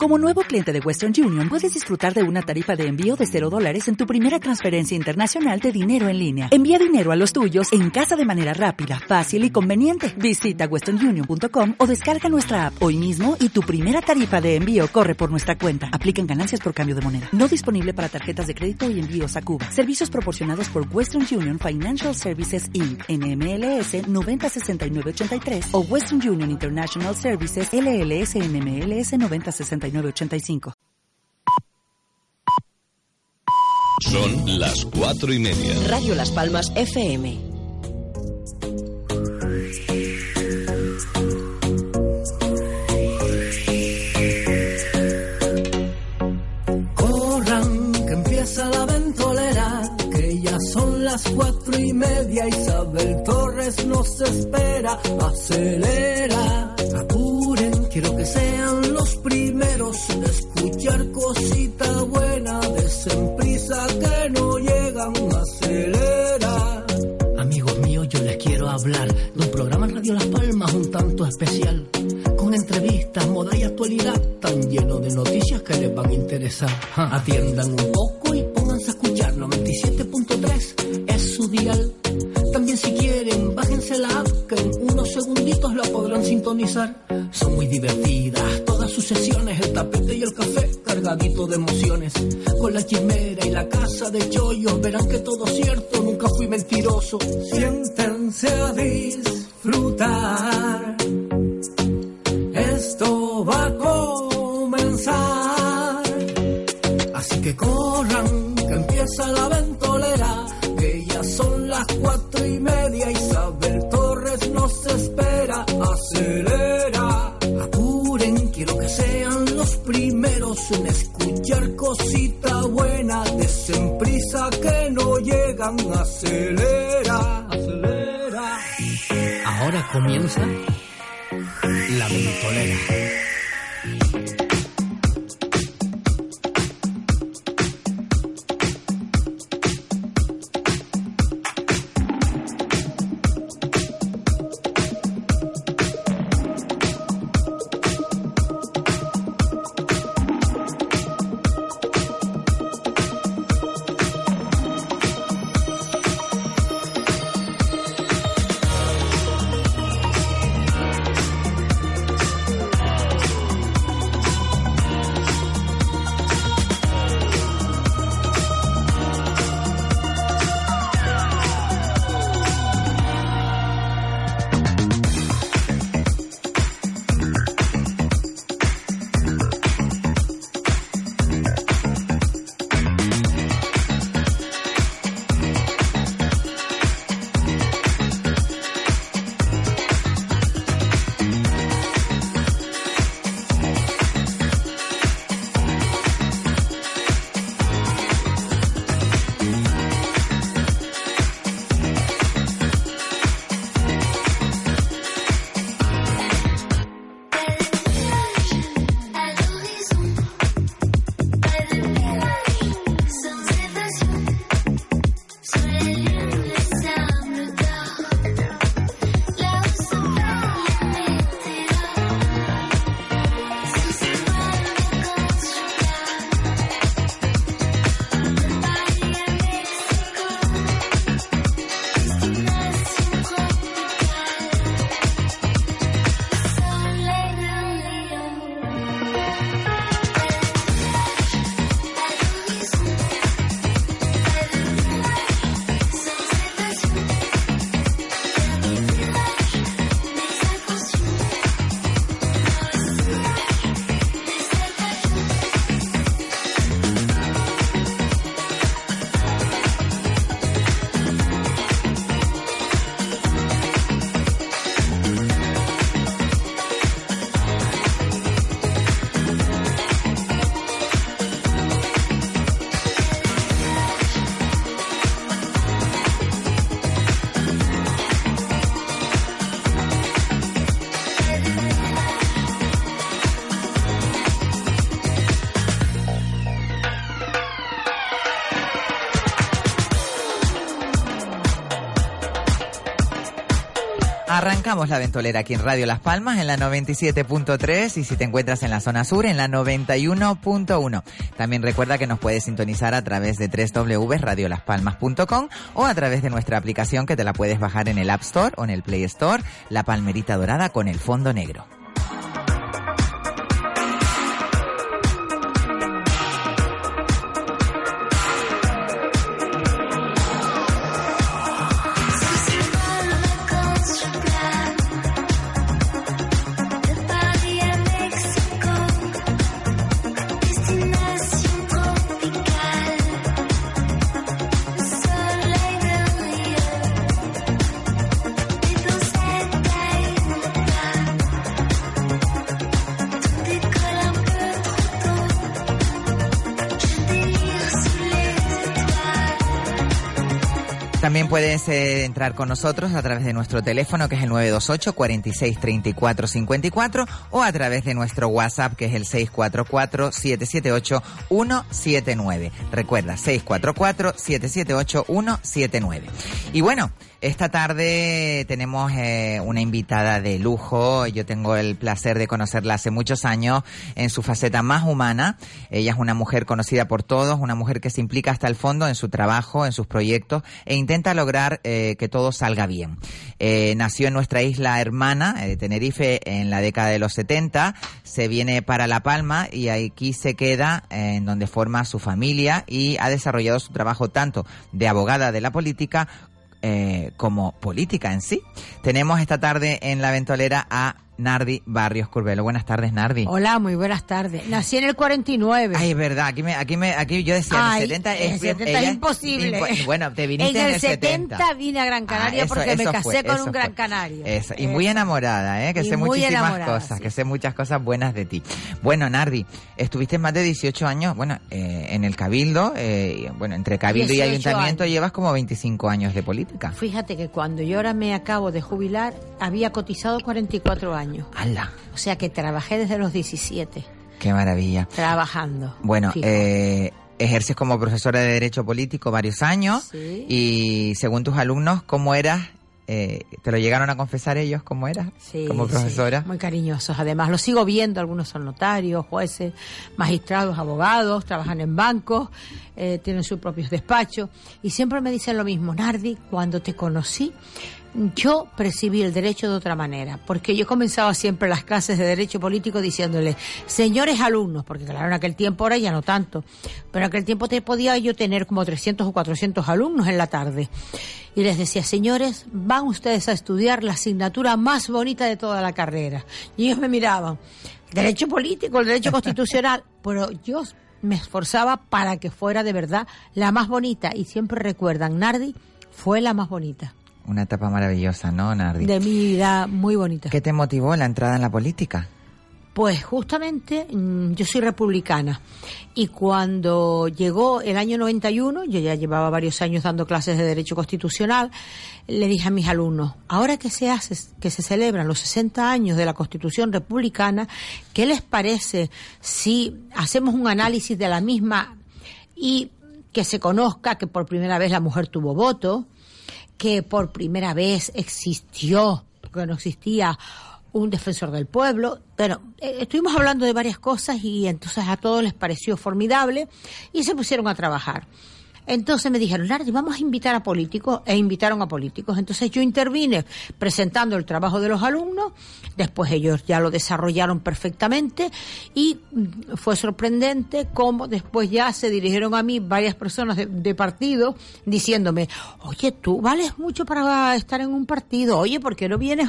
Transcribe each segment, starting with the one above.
Como nuevo cliente de Western Union, puedes disfrutar de una tarifa de envío de $0 en tu primera transferencia internacional de dinero en línea. Envía dinero a los tuyos en casa de manera rápida, fácil y conveniente. Visita westernunion.com o descarga nuestra app hoy mismo y tu primera tarifa de envío corre por nuestra cuenta. Aplican ganancias por cambio de moneda. No disponible para tarjetas de crédito y envíos a Cuba. Servicios proporcionados por Western Union Financial Services Inc. NMLS 906983 o Western Union International Services LLS NMLS 906985. Son las 4:30. Radio Las Palmas FM. Corran, que empieza la ventolera, que ya son las 4:30. Isabel Torres nos espera. Acelera, apuren, quiero que sean los primeros en escuchar cosita buena. Desen prisa que no llegan. Acelera. Amigos míos, yo les quiero hablar de un programa en Radio Las Palmas un tanto especial, con entrevistas, moda y actualidad, tan lleno de noticias que les van a interesar. Atiendan un poco y pónganse a escuchar. 97.3 es su dial. También si quieren, bájense la app, que en unos segunditos la podrán sintonizar. Son muy divertidas todas sus sesiones, el tapete y el café cargadito de emociones. Con la chimera y la casa de chollos, verán que todo es cierto, nunca fui mentiroso. Siéntense a disfrutar. Esto va a comenzar. Así que corran, que empieza la ventolera, que ya son las 4:30. Isabel Torres nos espera. Acelera, apuren, quiero que sean los primeros en escuchar cosita buena. Desen prisa que no llegan. Acelera, acelera. Ahora comienza la ventolera. Arrancamos la ventolera aquí en Radio Las Palmas en la 97.3 y si te encuentras en la zona sur en la 91.1. También recuerda que nos puedes sintonizar a través de www.radiolaspalmas.com o a través de nuestra aplicación que te la puedes bajar en el App Store o en el Play Store, La Palmerita Dorada con el fondo negro. También puedes entrar con nosotros a través de nuestro teléfono, que es el 928 46 34 54, o a través de nuestro WhatsApp, que es el 644 778 179. Recuerda, 644 778 179. Y bueno, esta tarde tenemos una invitada de lujo. Yo tengo el placer de conocerla hace muchos años en su faceta más humana. Ella es una mujer conocida por todos, una mujer que se implica hasta el fondo en su trabajo, en sus proyectos, e intenta lograr que todo salga bien. Nació en nuestra isla hermana, Tenerife, en la década de los 70, se viene para La Palma y aquí se queda, en donde forma su familia, y ha desarrollado su trabajo tanto de abogada de la política como política en sí. Tenemos esta tarde en la ventolera a Nardi Barrios Curbelo. Buenas tardes, Nardi. Hola, muy buenas tardes. Nací en el 49. Ay, es verdad. Aquí yo decía, ay, en el 70 es, 70 es imposible. Bueno, te viniste en el 70 vine a Gran Canaria porque me casé con un gran canario. Eso. Y muy enamorada, que sé muchísimas cosas, sí. Que sé muchas cosas buenas de ti. Bueno, Nardi, estuviste más de 18 años, en el Cabildo, entre Cabildo y Ayuntamiento años. Llevas como 25 años de política. Fíjate que cuando yo ahora me acabo de jubilar, había cotizado 44 años. ¡Hala! O sea que trabajé desde los 17. ¡Qué maravilla! Trabajando. Bueno, ejerces como profesora de Derecho Político varios años. Sí. Y según tus alumnos, ¿cómo eras? ¿Te lo llegaron a confesar ellos cómo eras? Sí, como profesora. Sí, muy cariñosos. Además, los sigo viendo. Algunos son notarios, jueces, magistrados, abogados, trabajan en bancos, tienen sus propios despachos. Y siempre me dicen lo mismo. Nardi, cuando te conocí, yo percibí el derecho de otra manera, porque yo comenzaba siempre las clases de derecho político diciéndole, señores alumnos, porque claro, en aquel tiempo, ahora ya no tanto, pero en aquel tiempo podía yo tener como 300 o 400 alumnos en la tarde, y les decía, señores, van ustedes a estudiar la asignatura más bonita de toda la carrera, y ellos me miraban, derecho político, el derecho constitucional, pero yo me esforzaba para que fuera de verdad la más bonita, y siempre recuerdan, Nardi fue la más bonita. Una etapa maravillosa, ¿no, Nardi? De mi vida, muy bonita. ¿Qué te motivó la entrada en la política? Pues justamente yo soy republicana y cuando llegó el año 91, yo ya llevaba varios años dando clases de Derecho Constitucional, le dije a mis alumnos, ahora que se celebran los 60 años de la Constitución Republicana, ¿qué les parece si hacemos un análisis de la misma y que se conozca que por primera vez la mujer tuvo voto, que por primera vez existió, porque no existía un defensor del pueblo? Bueno, estuvimos hablando de varias cosas y entonces a todos les pareció formidable y se pusieron a trabajar. Entonces me dijeron, Nardi, vamos a invitar a políticos, e invitaron a políticos. Entonces yo intervine presentando el trabajo de los alumnos, después ellos ya lo desarrollaron perfectamente y fue sorprendente cómo después ya se dirigieron a mí varias personas de partido diciéndome, oye, tú vales mucho para estar en un partido, oye, ¿por qué no vienes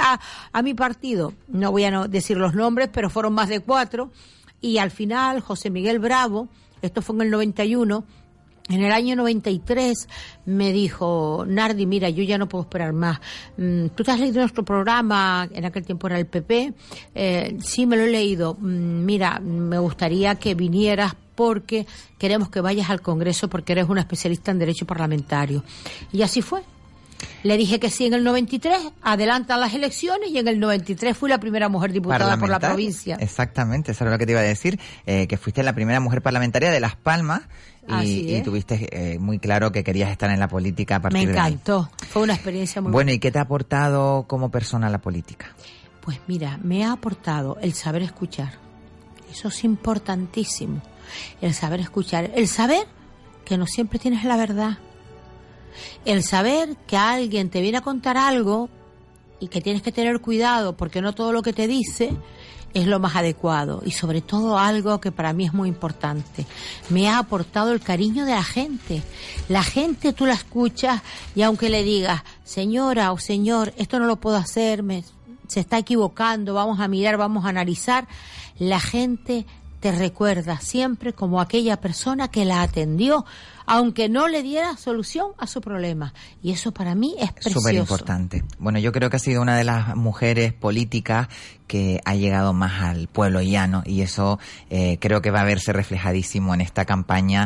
a mi partido? No voy a decir los nombres, pero fueron más de 4 y al final José Miguel Bravo, esto fue en el 91, en el año 93 me dijo, Nardi, mira, yo ya no puedo esperar más. ¿Tú te has leído nuestro programa? En aquel tiempo era el PP. Sí, me lo he leído. Mira, me gustaría que vinieras porque queremos que vayas al Congreso porque eres una especialista en Derecho Parlamentario. Y así fue. Le dije que sí en el 93, adelantan las elecciones y en el 93 fui la primera mujer diputada por la provincia. Exactamente, eso era lo que te iba a decir, que fuiste la primera mujer parlamentaria de Las Palmas y tuviste muy claro que querías estar en la política a partir de ahí. Me encantó, fue una experiencia muy buena. Bueno, ¿y qué te ha aportado como persona la política? Pues mira, me ha aportado el saber escuchar. Eso es importantísimo, el saber escuchar, el saber que no siempre tienes la verdad. El saber que alguien te viene a contar algo y que tienes que tener cuidado porque no todo lo que te dice es lo más adecuado. Y sobre todo algo que para mí es muy importante. Me ha aportado el cariño de la gente. La gente tú la escuchas y aunque le digas, señora o señor, esto no lo puedo hacer, se está equivocando, vamos a mirar, vamos a analizar, la gente te recuerda siempre como aquella persona que la atendió, aunque no le diera solución a su problema. Y eso para mí es precioso. Súper importante. Bueno, yo creo que ha sido una de las mujeres políticas que ha llegado más al pueblo llano y eso creo que va a verse reflejadísimo en esta campaña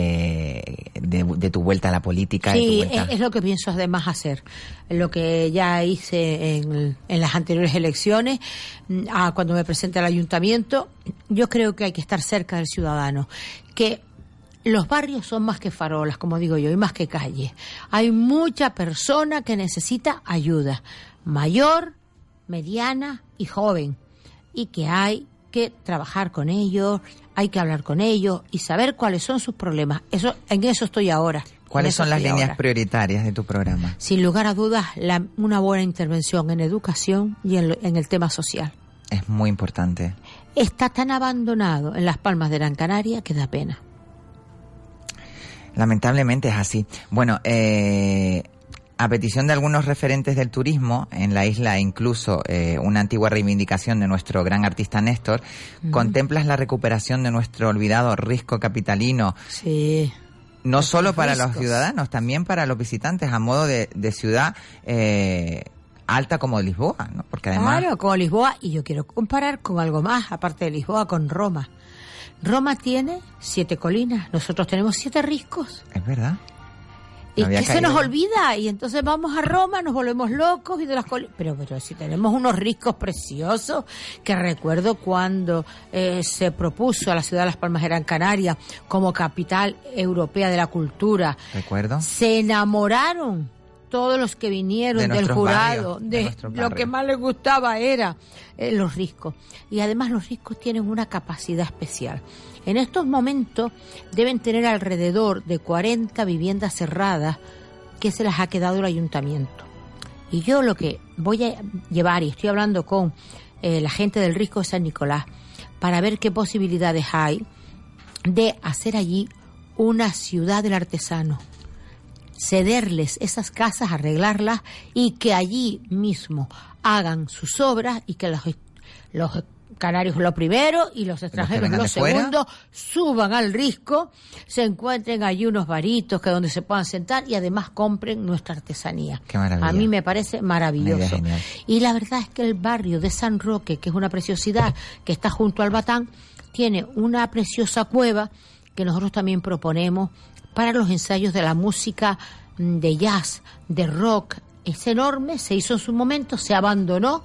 de tu vuelta a la política. Sí, es lo que pienso además hacer. Lo que ya hice en las anteriores elecciones, cuando me presenté al ayuntamiento, yo creo que hay que estar cerca del ciudadano, que los barrios son más que farolas, como digo yo, y más que calles. Hay mucha persona que necesita ayuda, mayor, mediana y joven, y que hay que trabajar con ellos, hay que hablar con ellos y saber cuáles son sus problemas. En eso estoy ahora. ¿Cuáles son las líneas prioritarias de tu programa? Sin lugar a dudas, una buena intervención en educación y en el tema social. Es muy importante. Está tan abandonado en Las Palmas de Gran Canaria que da pena. Lamentablemente es así. Bueno, a petición de algunos referentes del turismo en la isla, incluso una antigua reivindicación de nuestro gran artista Néstor, ¿contemplas la recuperación de nuestro olvidado risco capitalino? Sí. No solo para los ciudadanos, también para los visitantes, a modo de ciudad alta como Lisboa, ¿no? Porque además... Claro, como Lisboa, y yo quiero comparar con algo más, aparte de Lisboa, con Roma. Roma tiene 7 colinas, nosotros tenemos 7 riscos. Es verdad. Y que se nos olvida, y entonces vamos a Roma, nos volvemos locos y de las colinas. Pero si tenemos unos riscos preciosos, que recuerdo cuando se propuso a la ciudad de Las Palmas de Gran Canaria como capital europea de la cultura. Recuerdo. Se enamoraron todos los que vinieron del jurado, de lo que más les gustaba era los riscos. Y además los riscos tienen una capacidad especial. En estos momentos deben tener alrededor de 40 viviendas cerradas que se las ha quedado el ayuntamiento. Y yo lo que voy a llevar, y estoy hablando con la gente del Risco de San Nicolás, para ver qué posibilidades hay de hacer allí una ciudad del artesano. Cederles esas casas, arreglarlas y que allí mismo hagan sus obras y que los canarios lo primero y los extranjeros lo segundo suban al Risco, se encuentren allí unos baritos que donde se puedan sentar y además compren nuestra artesanía. Qué maravilla. A mí me parece maravilloso. Y la verdad es que el barrio de San Roque, que es una preciosidad que está junto al Batán, tiene una preciosa cueva que nosotros también proponemos para los ensayos de la música de jazz, de rock. Es enorme, se hizo en su momento, se abandonó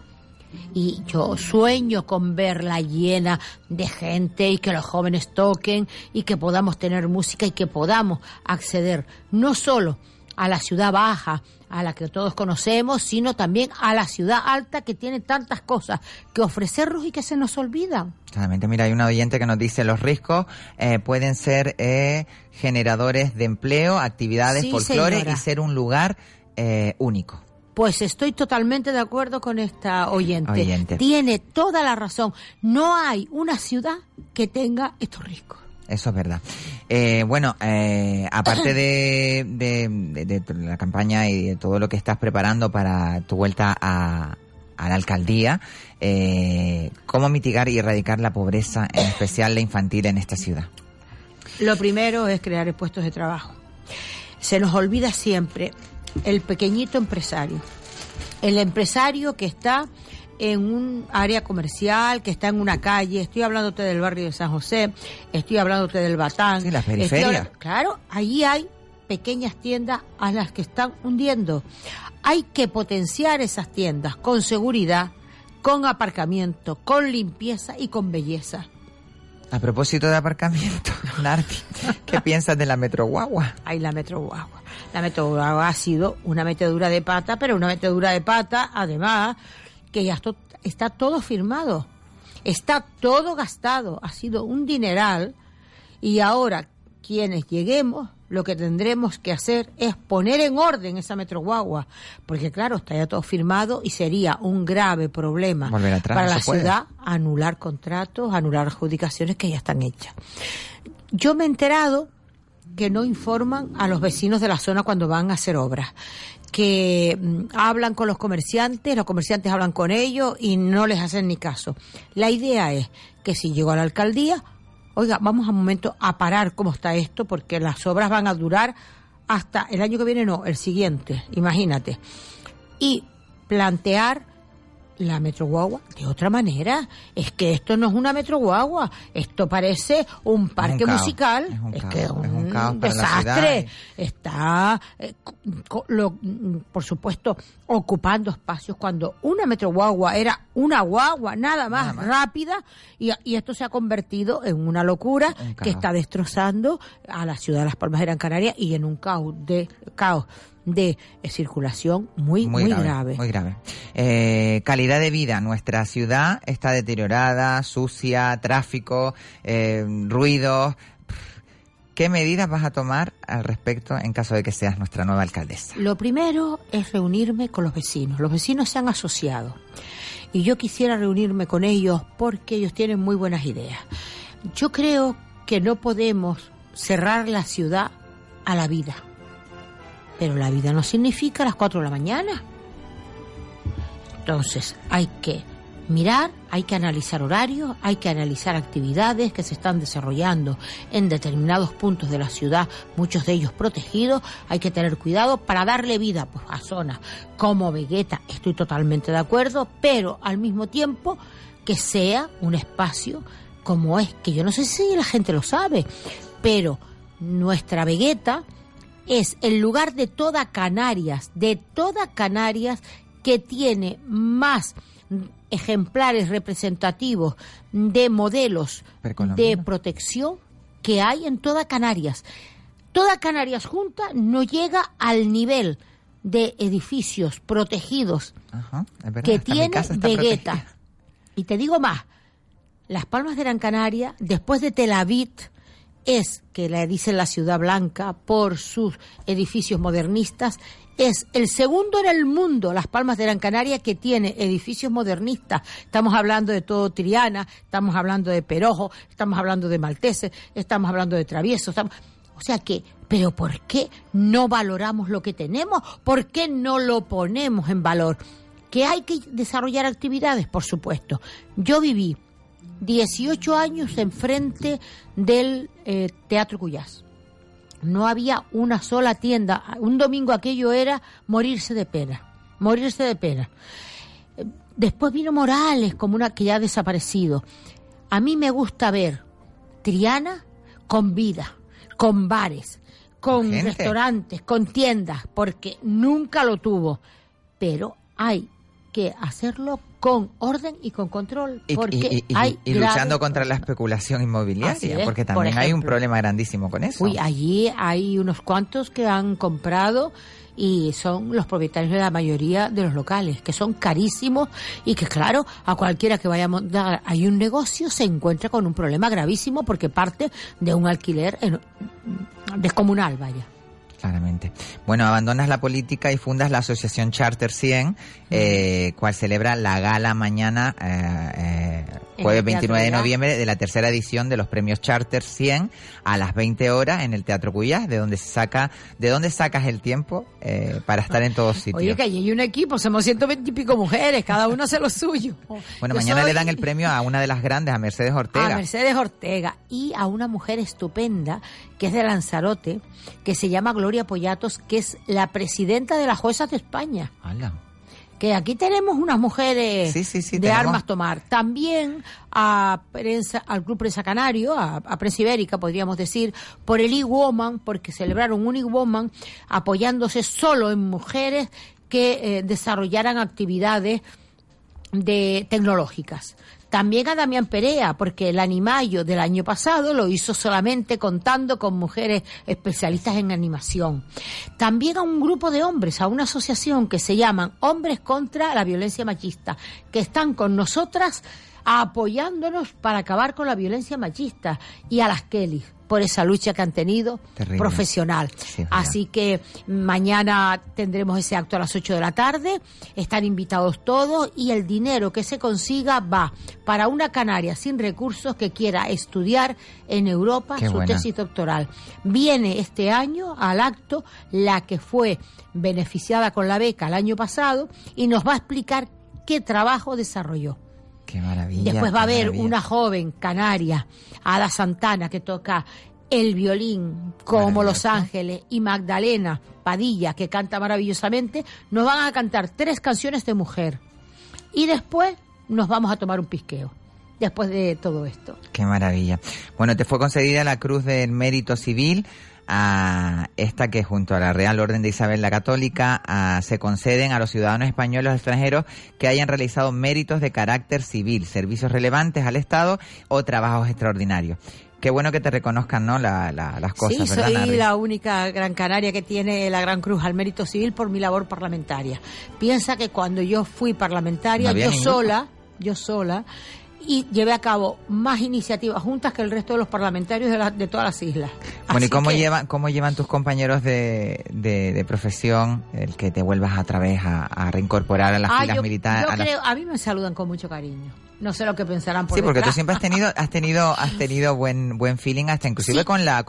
y yo sueño con verla llena de gente y que los jóvenes toquen y que podamos tener música y que podamos acceder no solo a la ciudad baja, a la que todos conocemos, sino también a la ciudad alta que tiene tantas cosas que ofrecernos y que se nos olvidan. Claramente, mira, hay una oyente que nos dice los riscos pueden ser generadores de empleo, actividades, folclore, señora, y ser un lugar único. Pues estoy totalmente de acuerdo con esta oyente. Tiene toda la razón. No hay una ciudad que tenga estos riscos. Eso es verdad. Bueno, aparte de la campaña y de todo lo que estás preparando para tu vuelta a la alcaldía, ¿cómo mitigar y erradicar la pobreza, en especial la infantil, en esta ciudad? Lo primero es crear puestos de trabajo. Se nos olvida siempre el pequeñito empresario, el empresario que está en un área comercial, que está en una calle. Estoy hablándote del barrio de San José, estoy hablándote del Batán. Sí, la periferia. Claro, allí hay pequeñas tiendas a las que están hundiendo. Hay que potenciar esas tiendas con seguridad, con aparcamiento, con limpieza y con belleza. A propósito de aparcamiento, Nardi, ¿qué piensas de la Metro Guagua? Ay, la Metro Guagua. La Metro Guagua ha sido una metedura de pata, pero una metedura de pata, además, que ya está todo firmado. Está todo gastado. Ha sido un dineral. Y ahora, quienes lleguemos, lo que tendremos que hacer es poner en orden esa Metro Guagua. Porque, claro, está ya todo firmado y sería un grave problema para la ciudad anular contratos, anular adjudicaciones que ya están hechas. Yo me he enterado que no informan a los vecinos de la zona cuando van a hacer obras, que hablan con los comerciantes hablan con ellos y no les hacen ni caso. La idea es que si llego a la alcaldía, oiga, vamos a un momento a parar cómo está esto, porque las obras van a durar hasta el año que viene, no, el siguiente, imagínate. Y plantear la Metro Guagua de otra manera. Es que esto no es una Metro Guagua, esto parece un parque musical. Es un caos desastre. Está, por supuesto, ocupando espacios cuando una Metro Guagua era una guagua nada más rápida, y esto se ha convertido en una locura que está destrozando a la ciudad de Las Palmas de Gran Canaria y en un caos de circulación muy grave. Muy grave. Calidad de vida. Nuestra ciudad está deteriorada, sucia, tráfico, ruidos. ¿Qué medidas vas a tomar al respecto en caso de que seas nuestra nueva alcaldesa? Lo primero es reunirme con los vecinos. Los vecinos se han asociado y yo quisiera reunirme con ellos porque ellos tienen muy buenas ideas. Yo creo que no podemos cerrar la ciudad a la vida. Pero la vida no significa las 4 de la mañana. Entonces hay que mirar, hay que analizar horarios, hay que analizar actividades que se están desarrollando en determinados puntos de la ciudad, muchos de ellos protegidos. Hay que tener cuidado para darle vida pues, a zonas como Vegueta. Estoy totalmente de acuerdo, pero al mismo tiempo que sea un espacio como es, que yo no sé si la gente lo sabe, pero nuestra Vegueta es el lugar de toda Canarias que tiene más ejemplares representativos de modelos de protección que hay en toda Canarias. Toda Canarias junta no llega al nivel de edificios protegidos que tiene Vegueta. Y te digo más, Las Palmas de Gran Canaria, después de Tel Aviv, es, que le dicen la Ciudad Blanca por sus edificios modernistas, es el segundo en el mundo, Las Palmas de Gran Canaria, que tiene edificios modernistas. Estamos hablando de todo Triana, estamos hablando de Perojo, estamos hablando de Malteses, estamos hablando de Travieso. O sea que, ¿pero por qué no valoramos lo que tenemos? ¿Por qué no lo ponemos en valor? ¿Que hay que desarrollar actividades? Por supuesto. Yo viví 18 años enfrente del Teatro Cuyás. No había una sola tienda. Un domingo aquello era morirse de pena. Después vino Morales, como una que ya ha desaparecido. A mí me gusta ver Triana con vida, con bares, con restaurantes, con tiendas, porque nunca lo tuvo. Pero hay que hacerlo con orden y con control, porque y luchando contra la especulación inmobiliaria, porque también hay un problema grandísimo con eso. Allí hay unos cuantos que han comprado y son los propietarios de la mayoría de los locales, que son carísimos y que, claro, a cualquiera que vaya a montar hay un negocio se encuentra con un problema gravísimo porque parte de un alquiler descomunal, vaya. Claramente. Bueno, abandonas la política y fundas la asociación Charter 100, cual celebra la gala mañana, jueves 29 de noviembre, de la tercera edición de los premios Charter 100 a las 20 horas en el Teatro Cuyás. ¿De dónde sacas el tiempo para estar en todos sitios? Oye, que allí hay un equipo, somos 120 y pico mujeres, cada una hace lo suyo. Bueno, mañana le dan el premio a una de las grandes, a Mercedes Ortega. A Mercedes Ortega y a una mujer estupenda que es de Lanzarote, que se llama Gloria Pollatos, que es la presidenta de las juezas de España. ¡Hala! que aquí tenemos unas mujeres Sí, de tenemos armas tomar. También al Club Prensa Canario, a Prensa Ibérica, podríamos decir, por el e-Woman, porque celebraron un e-Woman apoyándose solo en mujeres que desarrollaran actividades tecnológicas. También a Damián Perea, porque el Animayo del año pasado lo hizo solamente contando con mujeres especialistas en animación. También a un grupo de hombres, a una asociación que se llaman Hombres contra la Violencia Machista, que están con nosotras apoyándonos para acabar con la violencia machista, y a las Kelly por esa lucha que han tenido profesional. Sí, así que mañana tendremos ese acto a las 8 de la tarde, están invitados todos, y el dinero que se consiga va para una canaria sin recursos que quiera estudiar en Europa tesis doctoral. Viene este año al acto la que fue beneficiada con la beca el año pasado y nos va a explicar qué trabajo desarrolló. Qué maravilla. Después va a haber una joven canaria, Ada Santana, que toca el violín como Los Ángeles, y Magdalena Padilla, que canta maravillosamente. Nos van a cantar 3 canciones de mujer. Y después nos vamos a tomar un pisqueo, después de todo esto. Qué maravilla. Bueno, te fue concedida la Cruz del Mérito Civil, a esta que junto a la Real Orden de Isabel la Católica se conceden a los ciudadanos españoles extranjeros que hayan realizado méritos de carácter civil, servicios relevantes al Estado o trabajos extraordinarios. Qué bueno que te reconozcan, ¿no?, las cosas, sí, ¿verdad, soy Nardi? la única Gran Canaria que tiene la Gran Cruz al Mérito Civil por mi labor parlamentaria. Piensa que cuando yo fui parlamentaria, yo sola, y llevé a cabo más iniciativas juntas que el resto de los parlamentarios de todas las islas. Bueno, Así ¿y cómo llevan tus compañeros de profesión el que te vuelvas otra vez a reincorporar a las filas militares? A mí me saludan con mucho cariño. No sé lo que pensarán por Sí, porque detrás. tú siempre has tenido buen feeling, hasta inclusive con la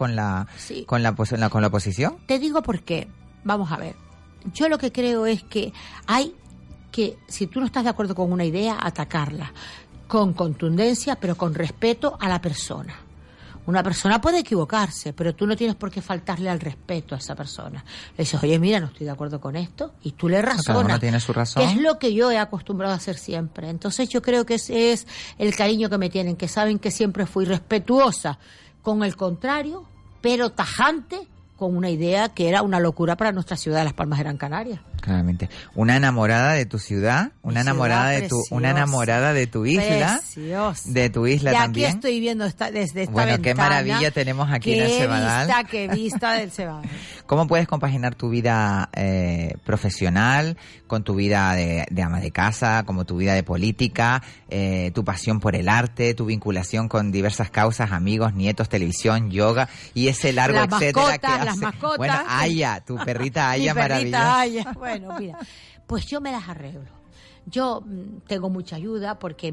oposición. Te digo por qué. Vamos a ver. Yo lo que creo es que hay que, si tú no estás de acuerdo con una idea, atacarla con contundencia, pero con respeto a la persona. Una persona puede equivocarse, pero tú no tienes por qué faltarle al respeto a esa persona. Le dices, oye, mira, no estoy de acuerdo con esto, y tú le razonas. Cada uno tiene su razón. Que es lo que yo he acostumbrado a hacer siempre. Entonces yo creo que ese es el cariño que me tienen, que saben que siempre fui respetuosa con el contrario, pero tajante con una idea que era una locura para nuestra ciudad de Las Palmas de Gran Canaria. Claramente. Una enamorada de tu ciudad, una enamorada de tu isla, preciosa. De tu isla y también. Aquí estoy viendo desde esta ventana. Bueno, qué maravilla tenemos aquí en el Cebadal. Qué vista del Cebadal. ¿Cómo puedes compaginar tu vida profesional con tu vida de ama de casa, como tu vida de política, tu pasión por el arte, tu vinculación con diversas causas, amigos, nietos, televisión, yoga y ese largo etcétera que hace? Las mascotas. Bueno, Aya, tu perrita Aya, maravillosa. Perrita Aya. Bueno, mira, pues yo me las arreglo. Yo tengo mucha ayuda porque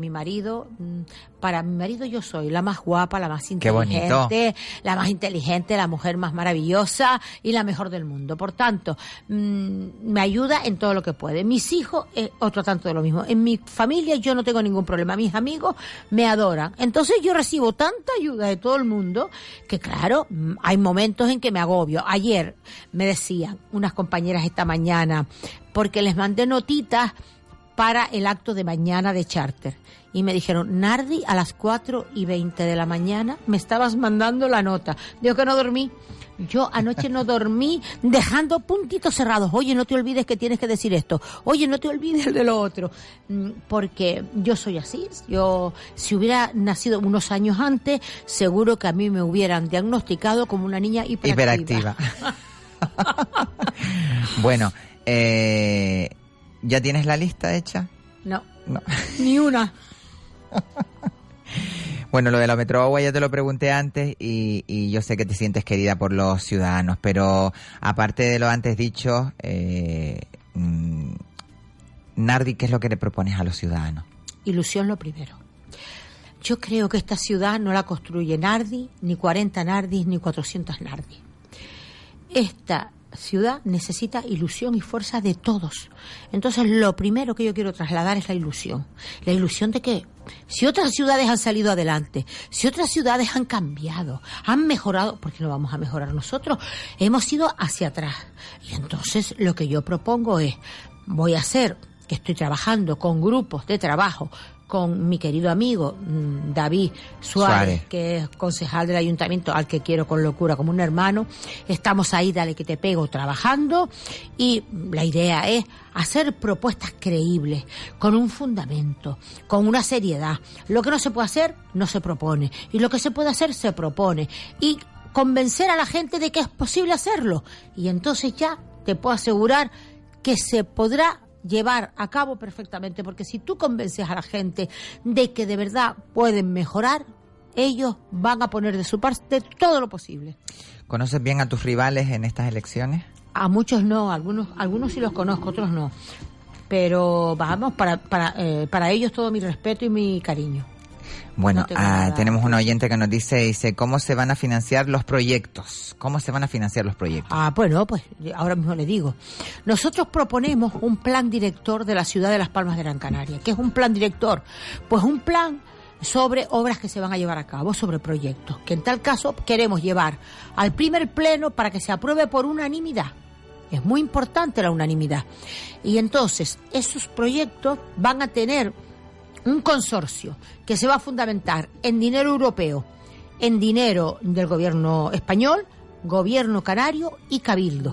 para mi marido yo soy la más guapa, la más inteligente, la más inteligente, la mujer más maravillosa y la mejor del mundo. Por tanto, me ayuda en todo lo que puede. Mis hijos, otro tanto de lo mismo. En mi familia yo no tengo ningún problema. Mis amigos me adoran. Entonces yo recibo tanta ayuda de todo el mundo que, claro, hay momentos en que me agobio. Ayer me decían unas compañeras esta mañana, porque les mandé notitas para el acto de mañana de charter. Y me dijeron, Nardi, a las 4:20 de la mañana me estabas mandando la nota. Digo que no dormí. Yo anoche no dormí dejando puntitos cerrados. Oye, no te olvides que tienes que decir esto. Oye, no te olvides de lo otro. Porque yo soy así. Yo, si hubiera nacido unos años antes, seguro que a mí me hubieran diagnosticado como una niña hiperactiva. Bueno, ¿ya tienes la lista hecha? No. Ni una. Bueno, lo de la Metroagua ya te lo pregunté antes y yo sé que te sientes querida por los ciudadanos, pero aparte de lo antes dicho, Nardi, ¿qué es lo que le propones a los ciudadanos? Ilusión lo primero. Yo creo que esta ciudad no la construye Nardi, ni 40 Nardis, ni 400 Nardis. Esta ciudad necesita ilusión y fuerza de todos. Entonces, lo primero que yo quiero trasladar es la ilusión. La ilusión de que si otras ciudades han salido adelante, si otras ciudades han cambiado, han mejorado, ¿por qué no vamos a mejorar nosotros? Hemos ido hacia atrás. Y entonces, lo que yo propongo es, voy a hacer que estoy trabajando con grupos de trabajo, con mi querido amigo David Suárez, que es concejal del ayuntamiento, al que quiero con locura como un hermano. Estamos ahí, dale que te pego, trabajando, y la idea es hacer propuestas creíbles, con un fundamento, con una seriedad. Lo que no se puede hacer, no se propone, y lo que se puede hacer, se propone, y convencer a la gente de que es posible hacerlo, y entonces ya te puedo asegurar que se podrá llevar a cabo perfectamente, porque si tú convences a la gente de que de verdad pueden mejorar, ellos van a poner de su parte todo lo posible. ¿Conoces bien a tus rivales en estas elecciones? A muchos no, algunos sí los conozco, otros no, pero vamos, para ellos todo mi respeto y mi cariño. Bueno, No tenemos un oyente que nos dice, ¿cómo se van a financiar los proyectos? ¿Cómo se van a financiar los proyectos? Bueno, pues ahora mismo le digo. Nosotros proponemos un plan director de la ciudad de Las Palmas de Gran Canaria. ¿Qué es un plan director? Pues un plan sobre obras que se van a llevar a cabo, sobre proyectos, que en tal caso queremos llevar al primer pleno para que se apruebe por unanimidad. Es muy importante la unanimidad. Y entonces, esos proyectos van a tener un consorcio que se va a fundamentar en dinero europeo, en dinero del gobierno español, gobierno canario y cabildo.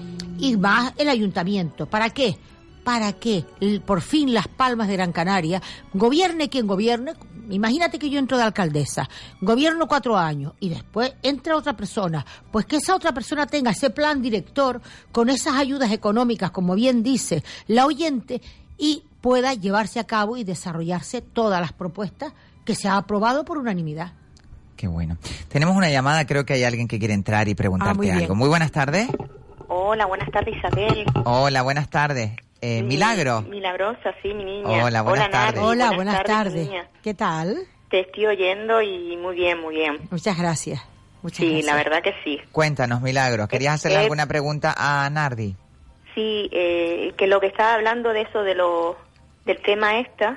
Y más el ayuntamiento. ¿Para qué? Para que por fin Las Palmas de Gran Canaria, gobierne quien gobierne. Imagínate que yo entro de alcaldesa, gobierno 4 años y después entra otra persona, pues que esa otra persona tenga ese plan director con esas ayudas económicas, como bien dice la oyente, y pueda llevarse a cabo y desarrollarse todas las propuestas que se ha aprobado por unanimidad. Qué bueno. Tenemos una llamada, creo que hay alguien que quiere entrar y preguntarte algo. Muy buenas tardes. Hola, buenas tardes, Isabel. Hola, buenas tardes. Milagro. Milagrosa, sí, mi niña. Hola, buenas tardes. Nari, Hola, buenas tardes. Niña. ¿Qué tal? Te estoy oyendo y muy bien, muy bien. Muchas gracias. Sí, la verdad que sí. Cuéntanos, Milagro. ¿Querías hacerle alguna pregunta a Nardi? Sí, que lo que estaba hablando de eso, del tema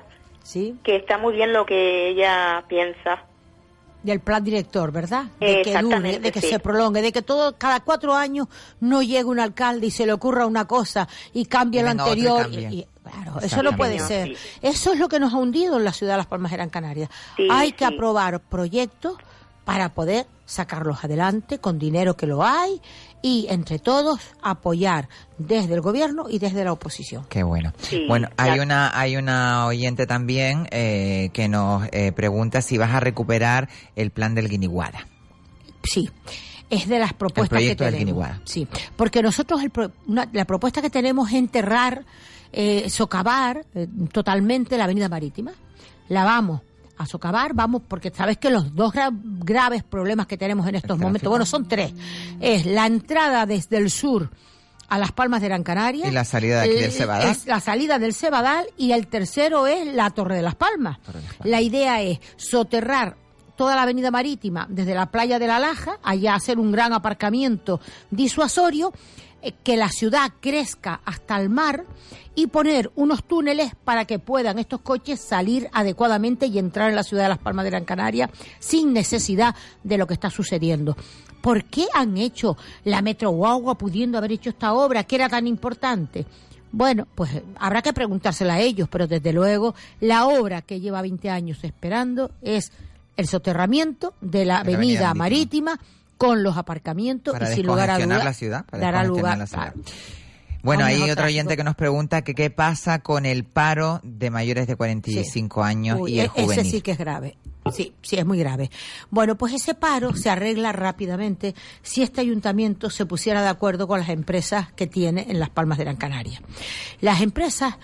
sí, que está muy bien lo que ella piensa. Del plan director, ¿verdad? De que dure, de que se prolongue, de que cada 4 años no llegue un alcalde y se le ocurra una cosa y cambie lo anterior. Claro, eso no puede ser. Sí. Eso es lo que nos ha hundido en la ciudad de Las Palmas de Gran Canaria. Sí, hay que aprobar proyectos para poder sacarlos adelante con dinero que lo hay y entre todos apoyar desde el gobierno y desde la oposición. Qué bueno. Sí, bueno, hay una oyente también que nos pregunta si vas a recuperar el plan del Guiniguada. Sí. Es de las propuestas que tenemos. Del Guiniguada. Sí, porque nosotros la propuesta que tenemos es enterrar, socavar totalmente la avenida Marítima. La vamos a socavar, porque sabes que los 2 graves problemas que tenemos en estos momentos, bueno, son 3. Es la entrada desde el sur a Las Palmas de Gran Canaria. Y la salida de aquí del Cebadal. Es la salida del Cebadal, y el tercero es la Torre de Las Palmas. La idea es soterrar toda la avenida Marítima desde la playa de la Laja, allá hacer un gran aparcamiento disuasorio, que la ciudad crezca hasta el mar y poner unos túneles para que puedan estos coches salir adecuadamente y entrar en la ciudad de Las Palmas de Gran Canaria sin necesidad de lo que está sucediendo. ¿Por qué han hecho la Metro Guagua pudiendo haber hecho esta obra que era tan importante? Bueno, pues habrá que preguntársela a ellos, pero desde luego la obra que lleva 20 años esperando es el soterramiento de la avenida Marítima con los aparcamientos para y sin lugar a dudas la ciudad, dará lugar la ciudad. Bueno, hay otro oyente que nos pregunta que qué pasa con el paro de mayores de 45 años y el juvenil. Ese sí que es grave. Sí, es muy grave. Bueno, pues ese paro se arregla rápidamente si este ayuntamiento se pusiera de acuerdo con las empresas que tiene en Las Palmas de Gran Canaria. Las empresas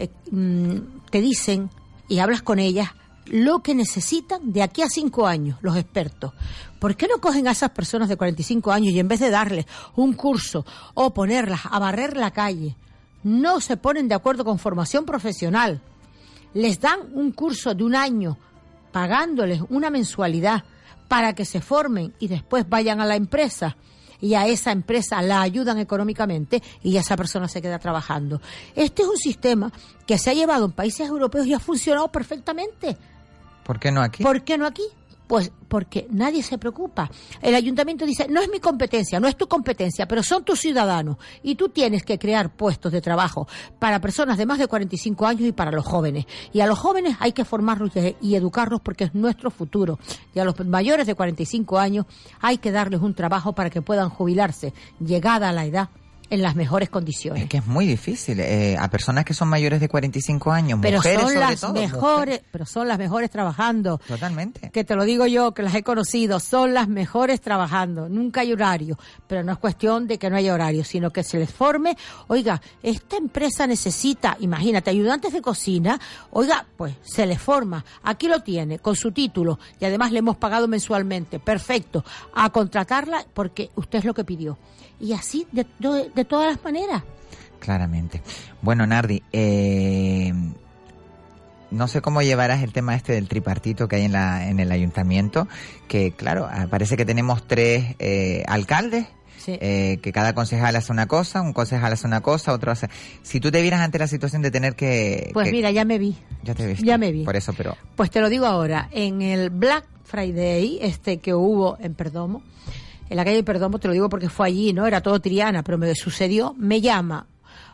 te dicen, y hablas con ellas, lo que necesitan de aquí a 5 años, los expertos. ¿Por qué no cogen a esas personas de 45 años y en vez de darles un curso o ponerlas a barrer la calle, no se ponen de acuerdo con formación profesional? Les dan un curso de 1 año, pagándoles una mensualidad para que se formen y después vayan a la empresa, y a esa empresa la ayudan económicamente y esa persona se queda trabajando. Este es un sistema que se ha llevado en países europeos y ha funcionado perfectamente. ¿Por qué no aquí? ¿Por qué no aquí? Pues porque nadie se preocupa. El ayuntamiento dice, no es mi competencia, no es tu competencia, pero son tus ciudadanos y tú tienes que crear puestos de trabajo para personas de más de 45 años y para los jóvenes. Y a los jóvenes hay que formarlos y educarlos porque es nuestro futuro. Y a los mayores de 45 años hay que darles un trabajo para que puedan jubilarse, llegada a la edad, en las mejores condiciones. Es que es muy difícil. A personas que son mayores de 45 años, pero mujeres son sobre las todo. Mejores, pero son las mejores trabajando. Totalmente. Que te lo digo yo, que las he conocido, son las mejores trabajando. Nunca hay horario, pero no es cuestión de que no haya horario, sino que se les forme. Oiga, esta empresa necesita, imagínate, ayudantes de cocina. Oiga, pues se les forma. Aquí lo tiene, con su título, y además le hemos pagado mensualmente. Perfecto. A contratarla porque usted es lo que pidió. Y así de todas las maneras. Claramente. Bueno, Nardi, no sé cómo llevarás el tema del tripartito que hay en el ayuntamiento, que claro, parece que tenemos 3 alcaldes, sí. Que cada concejal hace una cosa, un concejal hace una cosa, otro hace... Si tú te vieras ante la situación de tener que... Pues mira, ya me vi. Ya te viste. Ya me vi. Por eso, pero... Pues te lo digo ahora, en el Black Friday, que hubo en Perdomo, en la calle de Perdomo, te lo digo porque fue allí, ¿no? Era todo Triana, pero me sucedió, me llama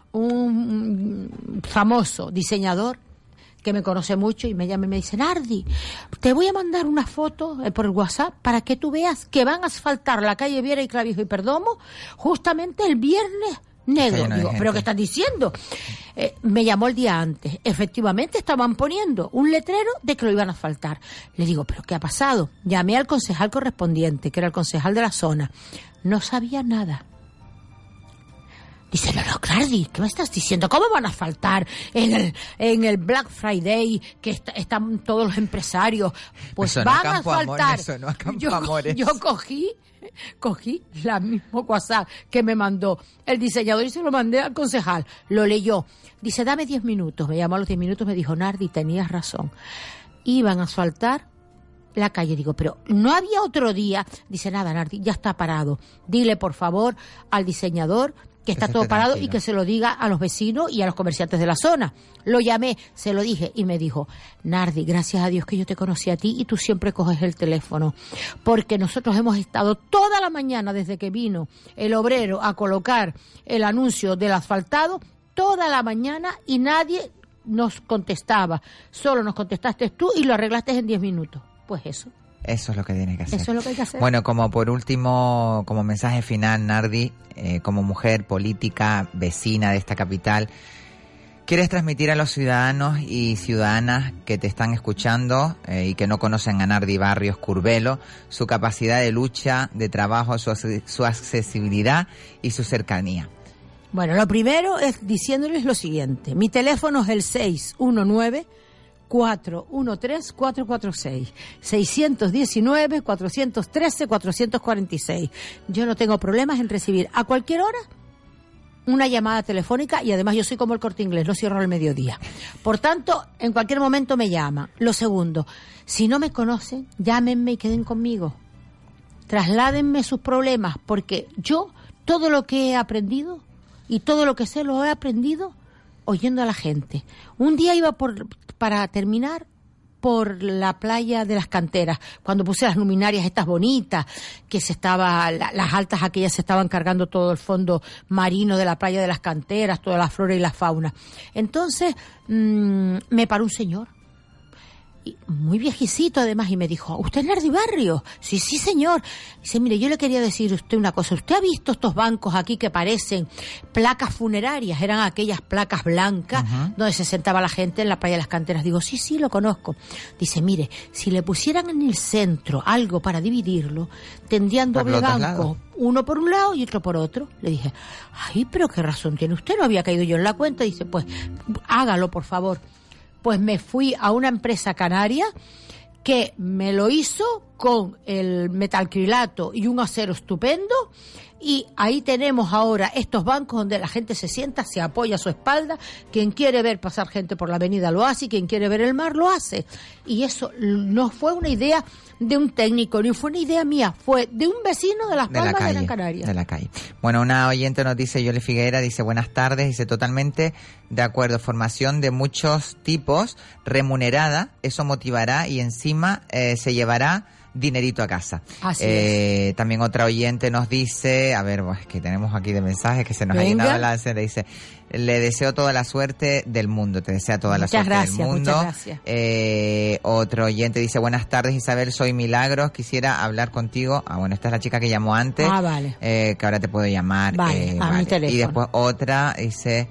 un famoso diseñador que me conoce mucho y me llama y me dice, Nardi, te voy a mandar una foto por el WhatsApp para que tú veas que van a asfaltar la calle Viera y Clavijo y Perdomo justamente el viernes negro. Digo, ¿pero qué estás diciendo? Me llamó el día antes. Efectivamente estaban poniendo un letrero de que lo iban a asfaltar. Le digo, ¿pero qué ha pasado? Llamé al concejal correspondiente, que era el concejal de la zona. No sabía nada. Dice, no, Clardy, ¿qué me estás diciendo? ¿Cómo van a asfaltar en el Black Friday que están todos los empresarios? Pues eso van a asfaltar. Eso no a Campo Amores. Yo cogí la misma WhatsApp que me mandó el diseñador y se lo mandé al concejal. Lo leyó. Dice, dame 10 minutos. Me llamó a los 10 minutos, me dijo, Nardi, tenías razón. Iban a asfaltar la calle. Digo, pero no había otro día. Dice, nada, Nardi, ya está parado. Dile, por favor, al diseñador que está todo parado tranquilo y que se lo diga a los vecinos y a los comerciantes de la zona. Lo llamé, se lo dije y me dijo, Nardi, gracias a Dios que yo te conocí a ti y tú siempre coges el teléfono, porque nosotros hemos estado toda la mañana desde que vino el obrero a colocar el anuncio del asfaltado, toda la mañana y nadie nos contestaba. Solo nos contestaste tú y lo arreglaste en 10 minutos. Pues eso. Eso es lo que tiene que hacer. Eso es lo que hay que hacer. Bueno, como por último, como mensaje final, Nardi, como mujer política, vecina de esta capital, ¿quieres transmitir a los ciudadanos y ciudadanas que te están escuchando y que no conocen a Nardi Barrios Curbelo, su capacidad de lucha, de trabajo, su accesibilidad y su cercanía? Bueno, lo primero es diciéndoles lo siguiente. Mi teléfono es el 619-413-446, 619-413-446. Yo no tengo problemas en recibir a cualquier hora una llamada telefónica y además yo soy como el Corte Inglés, no cierro al mediodía. Por tanto, en cualquier momento me llaman. Lo segundo, si no me conocen, llámenme y queden conmigo. Trasládenme sus problemas, porque yo todo lo que he aprendido y todo lo que sé lo he aprendido oyendo a la gente. Un día iba para terminar por la playa de las Canteras, cuando puse las luminarias estas bonitas, que las altas aquellas se estaban cargando todo el fondo marino de la playa de las Canteras, toda la flora y la fauna. Entonces me paró un señor, muy viejecito además, y me dijo, ¿usted es Nardi Barrios? Sí, señor. Dice, mire, yo le quería decir a usted una cosa. ¿Usted ha visto estos bancos aquí que parecen placas funerarias? Eran aquellas placas blancas donde se sentaba la gente en la playa de las Canteras. Digo, sí, lo conozco. Dice, mire, si le pusieran en el centro algo para dividirlo, tendrían doble banco, uno por un lado y otro por otro. Le dije, ay, pero qué razón tiene usted, no había caído yo en la cuenta. Dice, pues hágalo, por favor. Pues me fui a una empresa canaria que me lo hizo con el metalcrilato y un acero estupendo, y ahí tenemos ahora estos bancos donde la gente se sienta, se apoya a su espalda, quien quiere ver pasar gente por la avenida lo hace y quien quiere ver el mar lo hace. Y eso no fue una idea de un técnico, ni fue una idea mía, fue de un vecino de Las Palmas de Gran Canaria. De la calle. Bueno, una oyente nos dice, Yoli Figuera, dice, buenas tardes, dice, totalmente de acuerdo, formación de muchos tipos, remunerada, eso motivará y encima se llevará dinerito a casa. Así es. También otra oyente nos dice, a ver, es que tenemos aquí de mensajes que se nos ha llenado la le dice, le deseo toda la suerte del mundo, te desea toda la suerte del mundo. Muchas gracias. Otro oyente dice, buenas tardes Isabel, soy Milagros, quisiera hablar contigo. Bueno, esta es la chica que llamó antes. Vale. Que ahora te puedo llamar. Vale, a mi teléfono. Y después otra dice,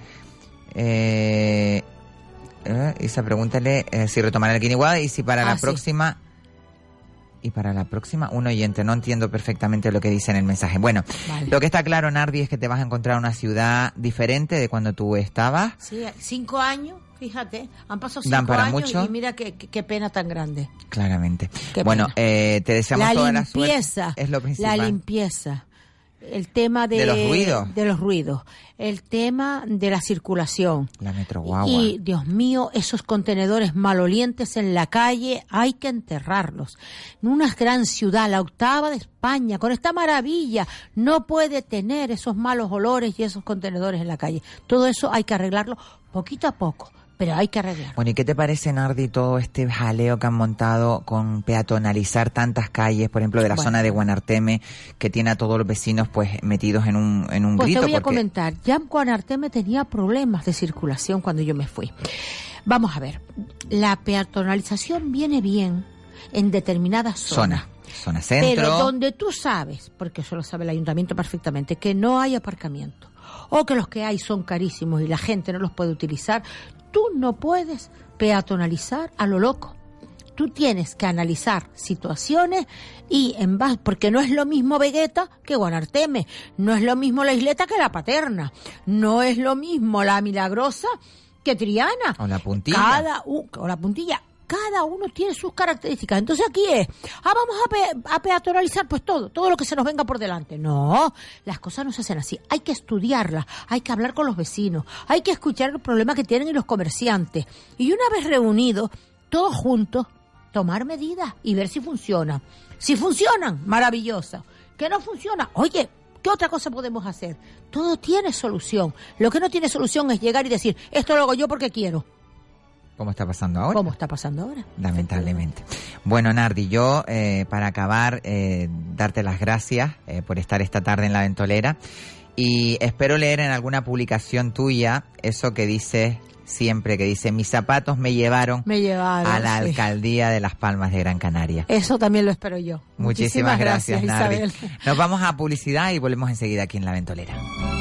Isa, pregúntale si retomará el Guiniguada y si para la próxima... Y para la próxima, un oyente, no entiendo perfectamente lo que dice en el mensaje. Bueno, lo que está claro, Nardi, es que te vas a encontrar una ciudad diferente de cuando tú estabas. Sí, 5 años, fíjate, han pasado 5 Dan para años mucho. Y mira qué pena tan grande. Claramente. Qué bueno, pena. te deseamos toda la suerte. La limpieza, es lo principal. la limpieza. El tema de los ruidos. De los ruidos. El tema de la circulación. La metroguagua. Y, Dios mío, esos contenedores malolientes en la calle, hay que enterrarlos. En una gran ciudad, la 8ª de España, con esta maravilla, no puede tener esos malos olores y esos contenedores en la calle. Todo eso hay que arreglarlo poquito a poco. Pero hay que arreglar. Bueno, ¿y qué te parece, Nardi, todo este jaleo que han montado con peatonalizar tantas calles, por ejemplo, de la zona de Guanarteme, que tiene a todos los vecinos pues metidos en un pues grito? Te voy a comentar, ya Guanarteme tenía problemas de circulación cuando yo me fui. Vamos a ver, la peatonalización viene bien en determinadas zonas. Zona centro. Pero donde tú sabes, porque eso lo sabe el ayuntamiento perfectamente, que no hay aparcamiento, o que los que hay son carísimos y la gente no los puede utilizar, tú no puedes peatonalizar a lo loco. Tú tienes que analizar situaciones y en base, porque no es lo mismo Vegueta que Guanarteme, no es lo mismo la Isleta que la Paterna, no es lo mismo la Milagrosa que Triana. O la Puntilla. O la Puntilla. Cada uno tiene sus características. Entonces aquí es, vamos a peatonalizar pues todo lo que se nos venga por delante. No, las cosas no se hacen así. Hay que estudiarlas, hay que hablar con los vecinos, hay que escuchar el problema que tienen los comerciantes. Y una vez reunidos, todos juntos, tomar medidas y ver si funcionan. Si funcionan, maravilloso. Que no funciona, oye, ¿qué otra cosa podemos hacer? Todo tiene solución. Lo que no tiene solución es llegar y decir, esto lo hago yo porque quiero. ¿Cómo está pasando ahora? ¿Cómo está pasando ahora? Lamentablemente. Bueno, Nardi, yo, para acabar, darte las gracias por estar esta tarde en La Ventolera y espero leer en alguna publicación tuya eso que dices siempre, que dice, mis zapatos me llevaron a la alcaldía de Las Palmas de Gran Canaria. Eso también lo espero yo. Muchísimas gracias, Nardi. Isabel. Nos vamos a publicidad y volvemos enseguida aquí en La Ventolera.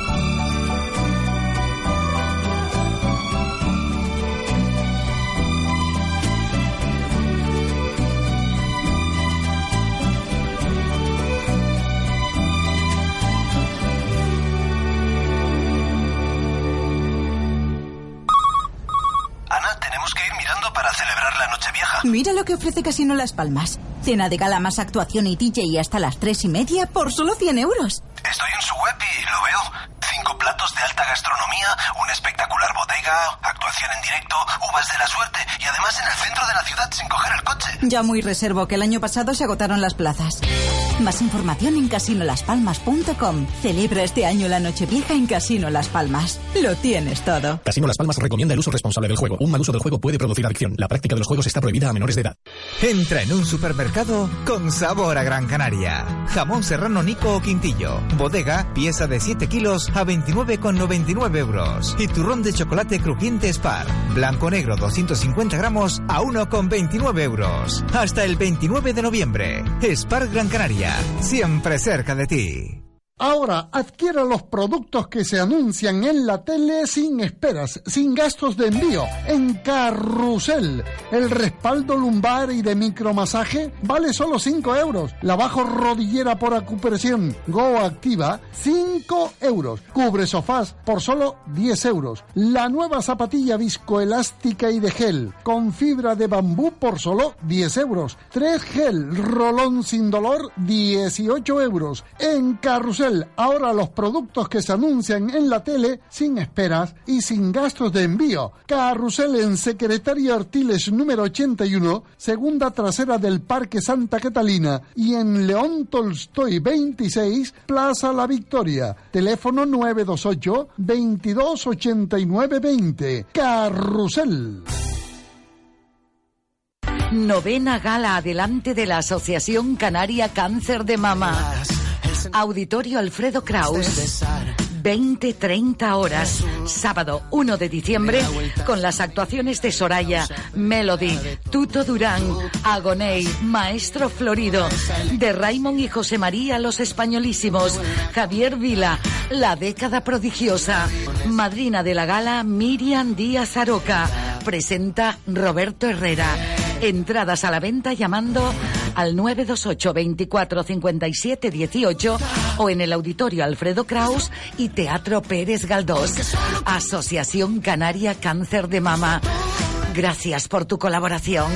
Para celebrar la Nochevieja. Mira lo que ofrece Casino Las Palmas. Cena de gala más actuación y DJ hasta las 3:30 por solo 100 euros. Estoy en su web y lo veo. 5 platos de alta gastronomía, una espectacular bodega, actuación en directo, uvas de la suerte y además en el centro de la ciudad sin coger el coche. Ya muy reservo, que el año pasado se agotaron las plazas. Más información en casinolaspalmas.com. Celebra este año la Nochevieja en Casino Las Palmas. Lo tienes todo. Casino Las Palmas recomienda el uso responsable del juego. Un mal uso del juego puede producir adicción. La práctica de los juegos está prohibida a menores de edad. Entra en un supermercado con sabor a Gran Canaria. Jamón serrano Nico o Quintillo. Bodega, pieza de 7 kilos a 29,99 euros. Y turrón de chocolate crujiente Spar. Blanco negro 250 gramos a 1,29 euros. Hasta el 29 de noviembre. Spar Gran Canaria. Siempre cerca de ti. Ahora adquiera los productos que se anuncian en la tele sin esperas, sin gastos de envío, en Carrusel. El respaldo lumbar y de micromasaje vale solo 5 euros. La bajo rodillera por acupresión Go Activa, 5 euros. Cubre sofás por solo 10 euros. La nueva zapatilla viscoelástica y de gel con fibra de bambú por solo 10 euros. 3 gel rolón sin dolor, 18 euros. En Carrusel. Ahora los productos que se anuncian en la tele sin esperas y sin gastos de envío. Carrusel en Secretaria Artiles número 81, segunda trasera del Parque Santa Catalina, y en León Tolstoy 26, Plaza La Victoria. Teléfono 928 22 89 20. Carrusel. Novena Gala Adelante de la Asociación Canaria Cáncer de Mama. Auditorio Alfredo Kraus. 20-30 horas, sábado 1 de diciembre, con las actuaciones de Soraya, Melody, Tuto Durán, Agoney, Maestro Florido, de Raymond y José María Los Españolísimos, Javier Vila, La Década Prodigiosa, madrina de la gala Miriam Díaz Aroca, presenta Roberto Herrera. Entradas a la venta llamando al 928 24 57 18 o en el Auditorio Alfredo Kraus y Teatro Pérez Galdós. Asociación Canaria Cáncer de Mama. Gracias por tu colaboración.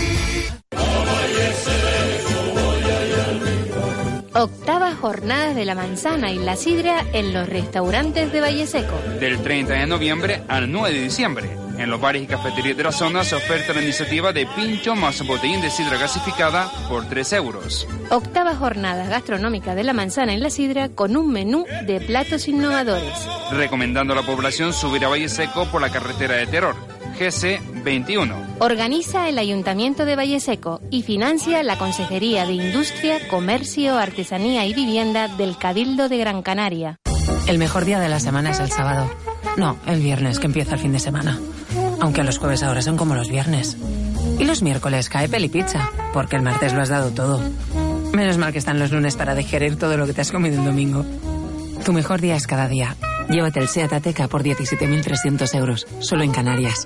Octava Jornadas de la Manzana y la Sidra en los restaurantes de Valle Seco. Del 30 de noviembre al 9 de diciembre. En los bares y cafeterías de la zona se oferta la iniciativa de pincho más botellín de sidra gasificada por 3 euros. Octava Jornada Gastronómica de la Manzana y la Sidra con un menú de platos innovadores. Recomendando a la población subir a Valle Seco por la carretera de Terror, GC 21. Organiza el Ayuntamiento de Valle Seco y financia la Consejería de Industria, Comercio, Artesanía y Vivienda del Cabildo de Gran Canaria. El mejor día de la semana es el sábado. No, el viernes, que empieza el fin de semana. Aunque los jueves ahora son como los viernes. Y los miércoles cae pelipizza, porque el martes lo has dado todo. Menos mal que están los lunes para digerir todo lo que te has comido el domingo. Tu mejor día es cada día. Llévate el SEAT Ateca por 17.300 euros, solo en Canarias.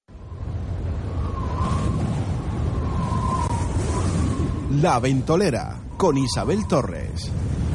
La Ventolera, con Isabel Torres.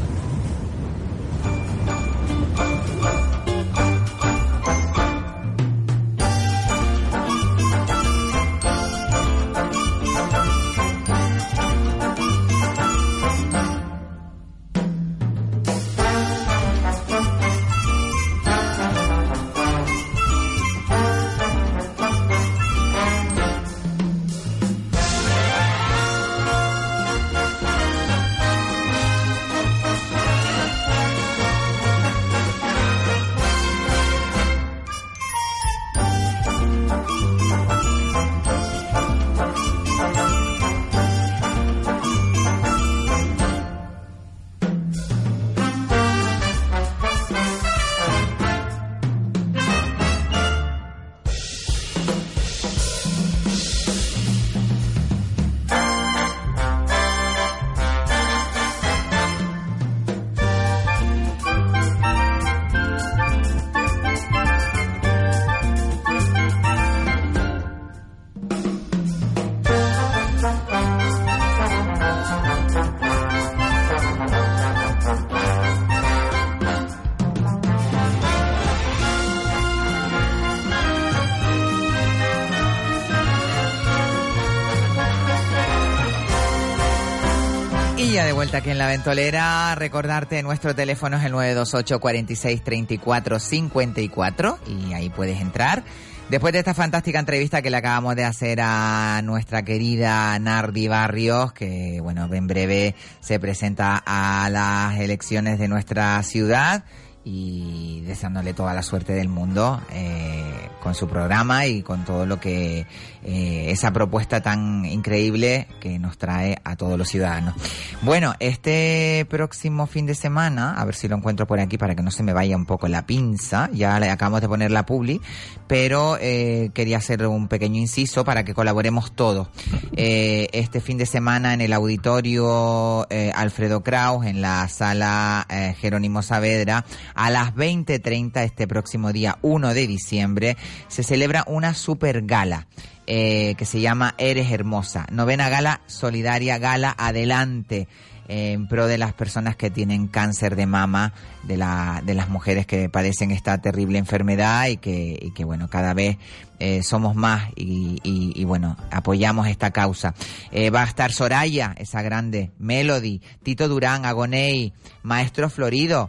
Ya de vuelta aquí en La Ventolera, recordarte nuestro teléfono es el 928 46 34 54 y ahí puedes entrar. Después de esta fantástica entrevista que le acabamos de hacer a nuestra querida Nardi Barrios, que bueno, en breve se presenta a las elecciones de nuestra ciudad, y deseándole toda la suerte del mundo con su programa y con todo lo que esa propuesta tan increíble que nos trae a todos los ciudadanos. Bueno, este próximo fin de semana, a ver si lo encuentro por aquí para que no se me vaya un poco la pinza, ya le acabamos de poner la publi, pero quería hacer un pequeño inciso para que colaboremos todos. Este fin de semana en el Auditorio Alfredo Kraus, en la Sala Jerónimo Saavedra, a las 20:30, este próximo día 1 de diciembre, se celebra una super gala que se llama Eres Hermosa. Novena Gala Solidaria, Gala Adelante, en pro de las personas que tienen cáncer de mama, de las mujeres que padecen esta terrible enfermedad y que bueno, cada vez somos más y bueno, apoyamos esta causa. Va a estar Soraya, esa grande, Melody, Tito Durán, Agoney, Maestro Florido,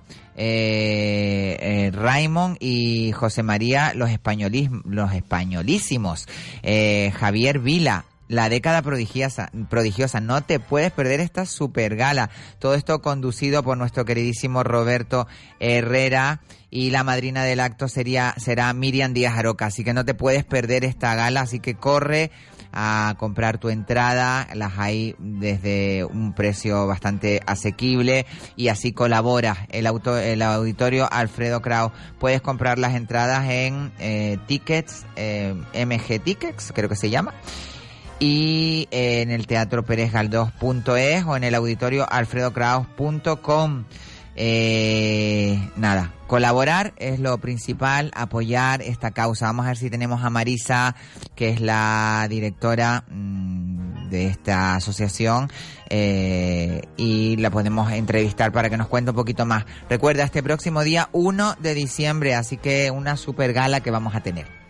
Raymond y José María Los Españolísimos, Javier Vila, la década prodigiosa. No te puedes perder esta super gala. Todo esto conducido por nuestro queridísimo Roberto Herrera, y la madrina del acto será Miriam Díaz Aroca. Así que no te puedes perder esta gala, así que corre a comprar tu entrada. Las hay desde un precio bastante asequible y así colaboras el auditorio Alfredo Kraus. Puedes comprar las entradas en Tickets, MG Tickets, creo que se llama, y en el Teatro Pérez Galdós.es o en el auditorio alfredokraus.com. Nada, colaborar es lo principal, apoyar esta causa. Vamos a ver si tenemos a Marisa, que es la directora de esta asociación, y la podemos entrevistar para que nos cuente un poquito más. Recuerda, este próximo día 1 de diciembre, así que una super gala que vamos a tener.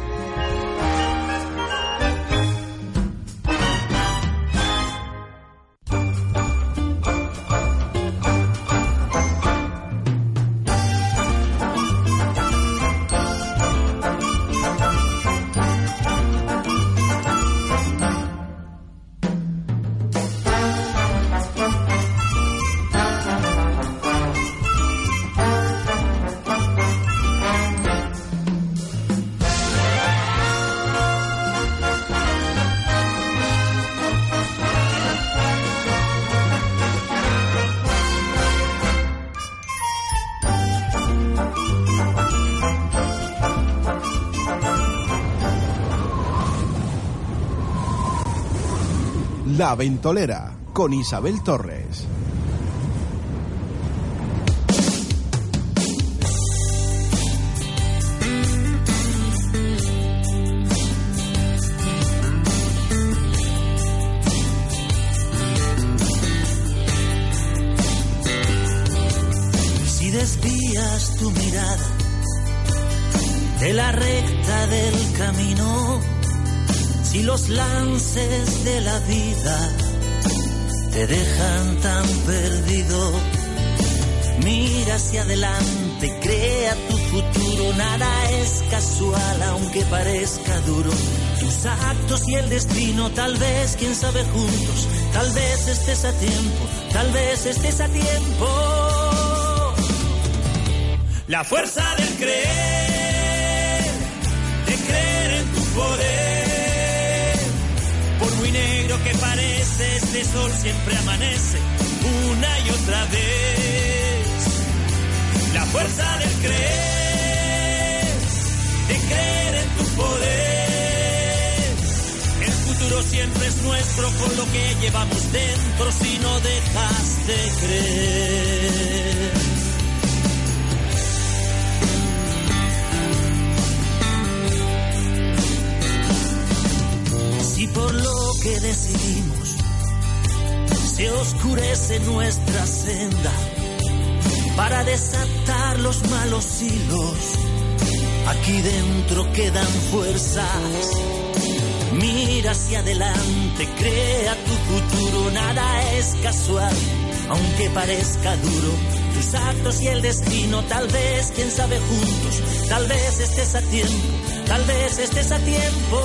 La Ventolera, con Isabel Torres. Si desvías tu mirada de la recta del camino, si los lances de la vida te dejan tan perdido, mira hacia adelante, crea tu futuro, nada es casual aunque parezca duro. Tus actos y el destino, tal vez, quién sabe, juntos, tal vez estés a tiempo, tal vez estés a tiempo. La fuerza del creer, de creer en tu poder. Por muy negro que parece, este sol siempre amanece una y otra vez. La fuerza del creer, de creer en tu poder. El futuro siempre es nuestro con lo que llevamos dentro, si no dejas de creer. Si por lo que decidimos se oscurece nuestra senda, para desatar los malos hilos, aquí dentro quedan fuerzas. Mira hacia adelante, crea tu futuro, nada es casual, aunque parezca duro. Tus actos y el destino, tal vez, quién sabe, juntos, tal vez estés a tiempo, tal vez estés a tiempo.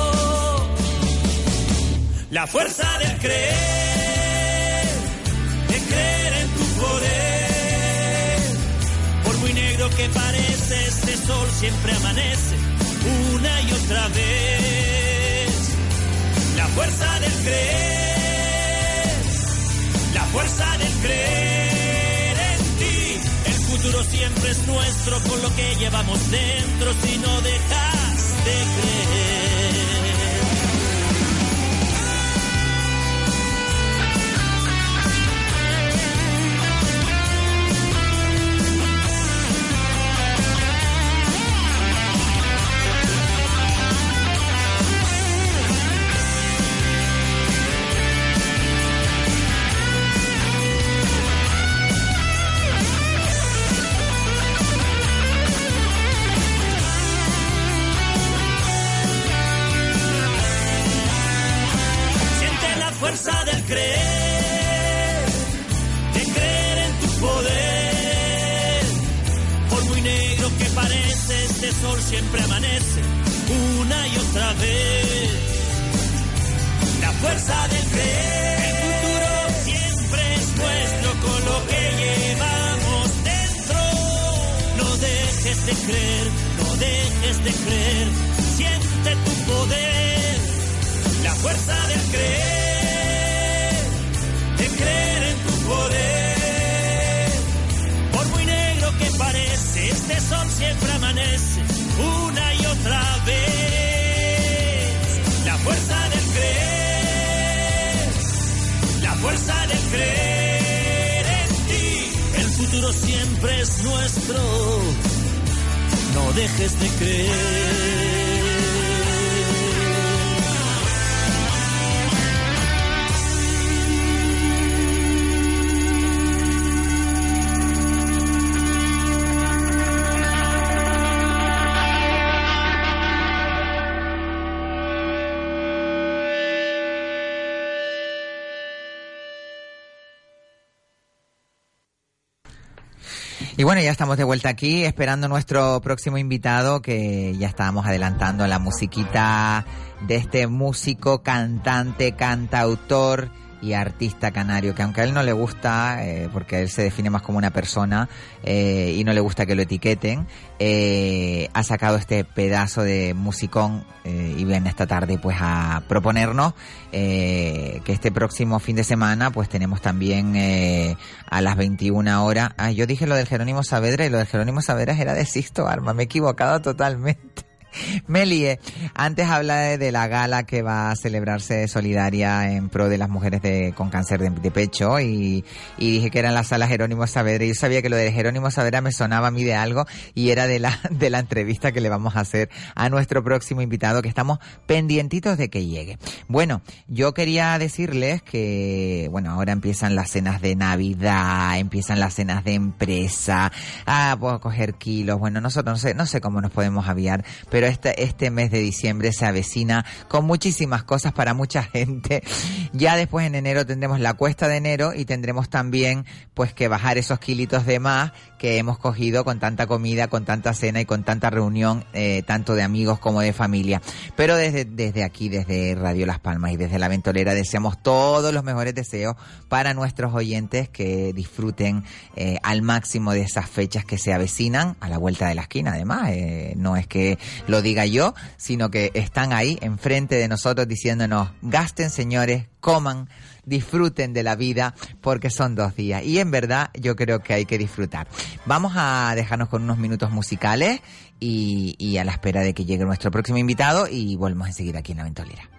La fuerza del creer, de creer en tu poder. Por muy negro que parece, este sol siempre amanece una y otra vez. La fuerza del creer, la fuerza del creer en ti. El futuro siempre es nuestro con lo que llevamos dentro, si no dejas de creer. Fuerza del creer, de creer en tu poder. Por muy negro que parece, este sol siempre amanece una y otra vez. fuerza del creer. El futuro siempre es nuestro con lo que llevamos dentro. No dejes de creer, no dejes de creer. Siente tu poder, la fuerza del creer, de creer en tu poder. Por muy negro que parece, este sol siempre amanece una y otra vez. La fuerza del creer, la fuerza del creer en ti. El futuro siempre es nuestro, no dejes de creer. Y bueno, ya estamos de vuelta aquí esperando nuestro próximo invitado, que ya estábamos adelantando la musiquita de este músico, cantante, cantautor y artista canario, que aunque a él no le gusta, porque él se define más como una persona y no le gusta que lo etiqueten, ha sacado este pedazo de musicón y viene esta tarde pues a proponernos que este próximo fin de semana pues tenemos también a las 21 horas. Yo dije lo del Jerónimo Saavedra y lo del Jerónimo Saavedra era de Sixto Armas, me he equivocado totalmente. Me lié. Antes hablé de la gala que va a celebrarse solidaria en pro de las mujeres con cáncer de pecho y dije que era en la sala Jerónimo Saavedra, y yo sabía que lo de Jerónimo Saavedra me sonaba a mí de algo y era de la entrevista que le vamos a hacer a nuestro próximo invitado, que estamos pendientitos de que llegue. Bueno, yo quería decirles que, bueno, ahora empiezan las cenas de Navidad, empiezan las cenas de empresa, puedo coger kilos, bueno, nosotros no sé cómo nos podemos aviar, pero este mes de diciembre se avecina con muchísimas cosas para mucha gente. Ya después en enero tendremos la cuesta de enero y tendremos también pues que bajar esos kilitos de más que hemos cogido con tanta comida, con tanta cena y con tanta reunión, tanto de amigos como de familia. Pero desde aquí, desde Radio Las Palmas y desde La Ventolera, deseamos todos los mejores deseos para nuestros oyentes, que disfruten al máximo de esas fechas que se avecinan a la vuelta de la esquina. Además, no es que lo diga yo, sino que están ahí enfrente de nosotros diciéndonos: gasten, señores, coman, disfruten de la vida, porque son 2 días y en verdad yo creo que hay que disfrutar. Vamos a dejarnos con unos minutos musicales y a la espera de que llegue nuestro próximo invitado, y volvemos enseguida aquí en La Ventolera.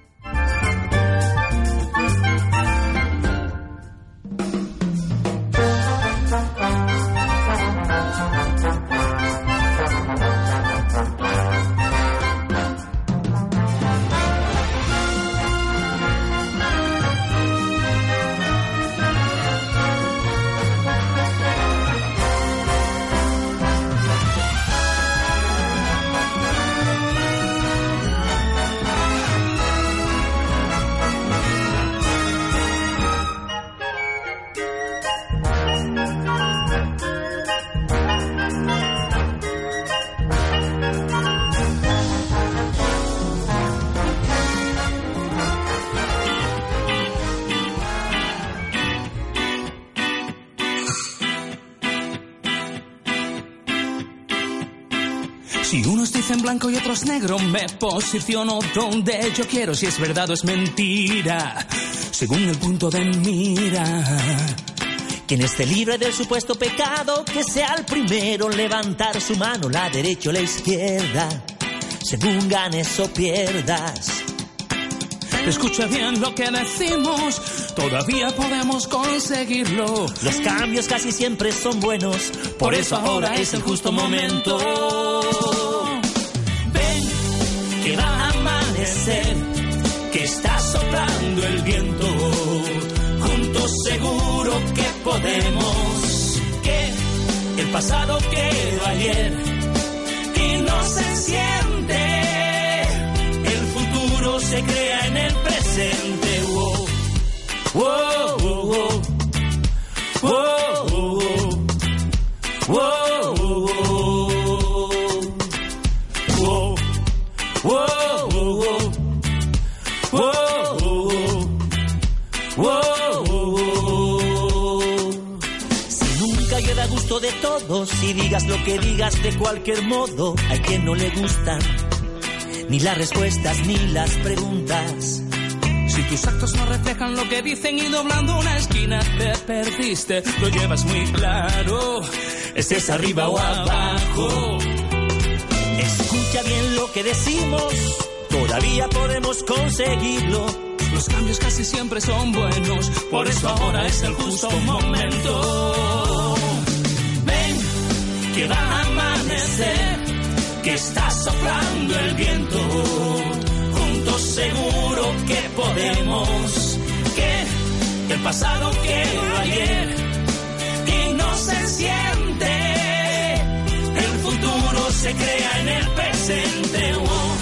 Si unos dicen blanco y otros negro, me posiciono donde yo quiero. Si es verdad o es mentira, según el punto de mira. Quien esté libre del supuesto pecado, que sea el primero en levantar su mano, la derecha o la izquierda, según ganes o pierdas. Escucha bien lo que decimos, todavía podemos conseguirlo. Los cambios casi siempre son buenos, por eso ahora es el justo momento. Ven, que va a amanecer, que está soplando el viento. Juntos seguro que podemos, que el pasado quedó ayer y no se enciende. El futuro se crea en el presente. Wow, wow, wow, wow, wow, wow, wow, wow, wow. música que da gusto de todos. Y digas lo que digas de cualquier modo, hay quien no le gustan ni las respuestas ni las preguntas. Si tus actos no reflejan lo que dicen y doblando una esquina te perdiste, lo llevas muy claro, estés arriba o abajo. Escucha bien lo que decimos, todavía podemos conseguirlo. Los cambios casi siempre son buenos, por eso ahora es el justo momento. Ven, que va a amanecer, que está soplando el viento. Juntos seguro que podemos, que el pasado quedó ayer y no se siente. El futuro se crea en el presente.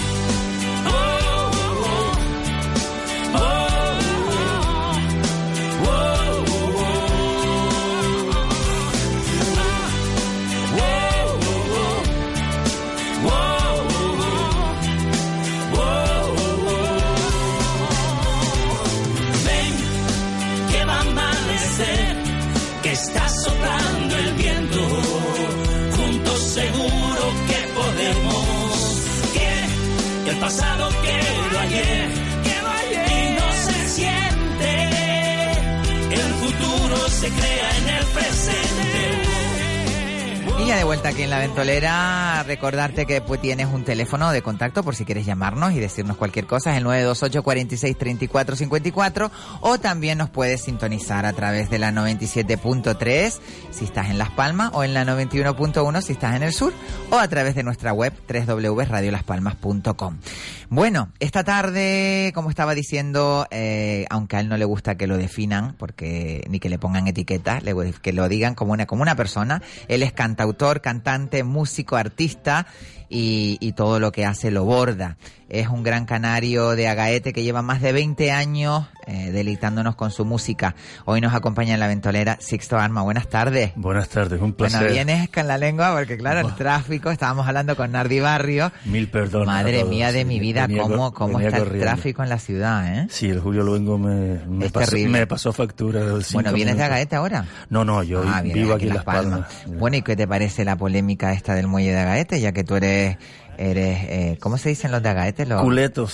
Está soplando el viento, juntos seguro que podemos, que el pasado quedó ayer y no se siente, el futuro se crea en el presente. Y ya de vuelta aquí en La Ventolera, recordarte que pues tienes un teléfono de contacto por si quieres llamarnos y decirnos cualquier cosa, es el 928 46 34 54, o también nos puedes sintonizar a través de la 97.3 si estás en Las Palmas, o en la 91.1 si estás en el sur, o a través de nuestra web www.radiolaspalmas.com. Bueno, esta tarde, como estaba diciendo, aunque a él no le gusta que lo definan, porque ni que le pongan etiquetas, que lo digan como una persona, él es cantautor, cantante, músico, artista, y todo lo que hace lo borda. Es un gran canario de Agaete que lleva más de 20 años deleitándonos con su música. Hoy nos acompaña en La Ventolera Sixto Arma. Buenas tardes. Buenas tardes, un placer. Bueno, vienes con la lengua porque, claro, el tráfico, estábamos hablando con Nardi Barrio. Mil perdones. Madre mía de mi vida, cómo está el tráfico en la ciudad, ¿eh? Sí, el Julio Luengo me pasó factura. Bueno, ¿vienes de Agaete ahora? No, yo vivo aquí en Las Palmas. Bueno, ¿y qué te parece la polémica esta del muelle de Agaete? Ya que tú eres ¿cómo se dicen los de Agaete? Los culetos,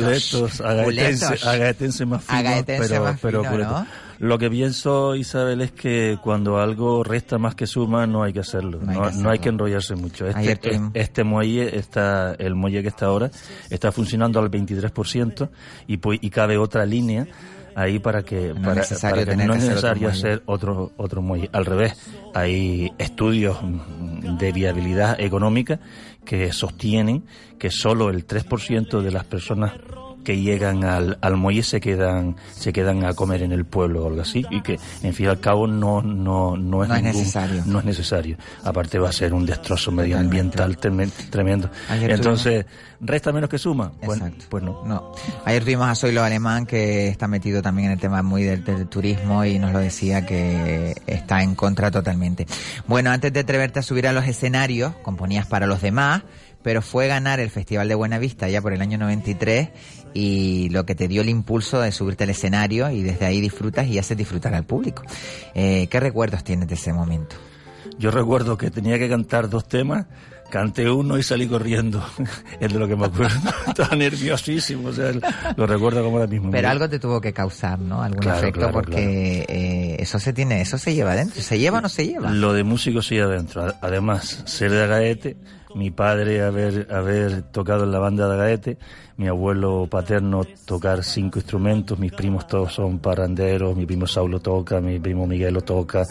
agaetense más fino, pero ¿no? Lo que pienso, Isabel, es que cuando algo resta más que suma, no hay que hacerlo. No hay que enrollarse mucho. Este muelle, el muelle que está ahora, está funcionando al 23% y cabe otra línea ahí para que no es necesario hacer otro muelle. Al revés, hay estudios de viabilidad económica que sostienen que solo el 3% de las personas que llegan al muelle se quedan a comer en el pueblo o algo así, y que en fin y al cabo no es necesario. Aparte va a ser un destrozo medioambiental tremendo. Entonces, ¿resta menos que suma? Pues no. Ayer tuvimos a Zoilo Alemán, que está metido también en el tema muy del turismo, y nos lo decía que está en contra totalmente. Bueno, antes de atreverte a subir a los escenarios, componías para los demás, pero fue ganar el Festival de Buenavista ya por el año 93, y lo que te dio el impulso de subirte al escenario, y desde ahí disfrutas y haces disfrutar al público. ¿Qué recuerdos tienes de ese momento? Yo recuerdo que tenía que cantar 2 temas, canté uno y salí corriendo. Es de lo que me acuerdo. Estaba nerviosísimo, o sea, lo recuerdo como ahora mismo. Pero algo te tuvo que causar, ¿no? Algún efecto, porque eso se lleva adentro. ¿Se lleva o no se lleva? Lo de músico se lleva adentro. Además, ser de Agaete, mi padre haber tocado en la banda de Agaete, mi abuelo paterno tocar 5 instrumentos, mis primos todos son parranderos, mi primo Saulo toca, mi primo Miguel lo toca,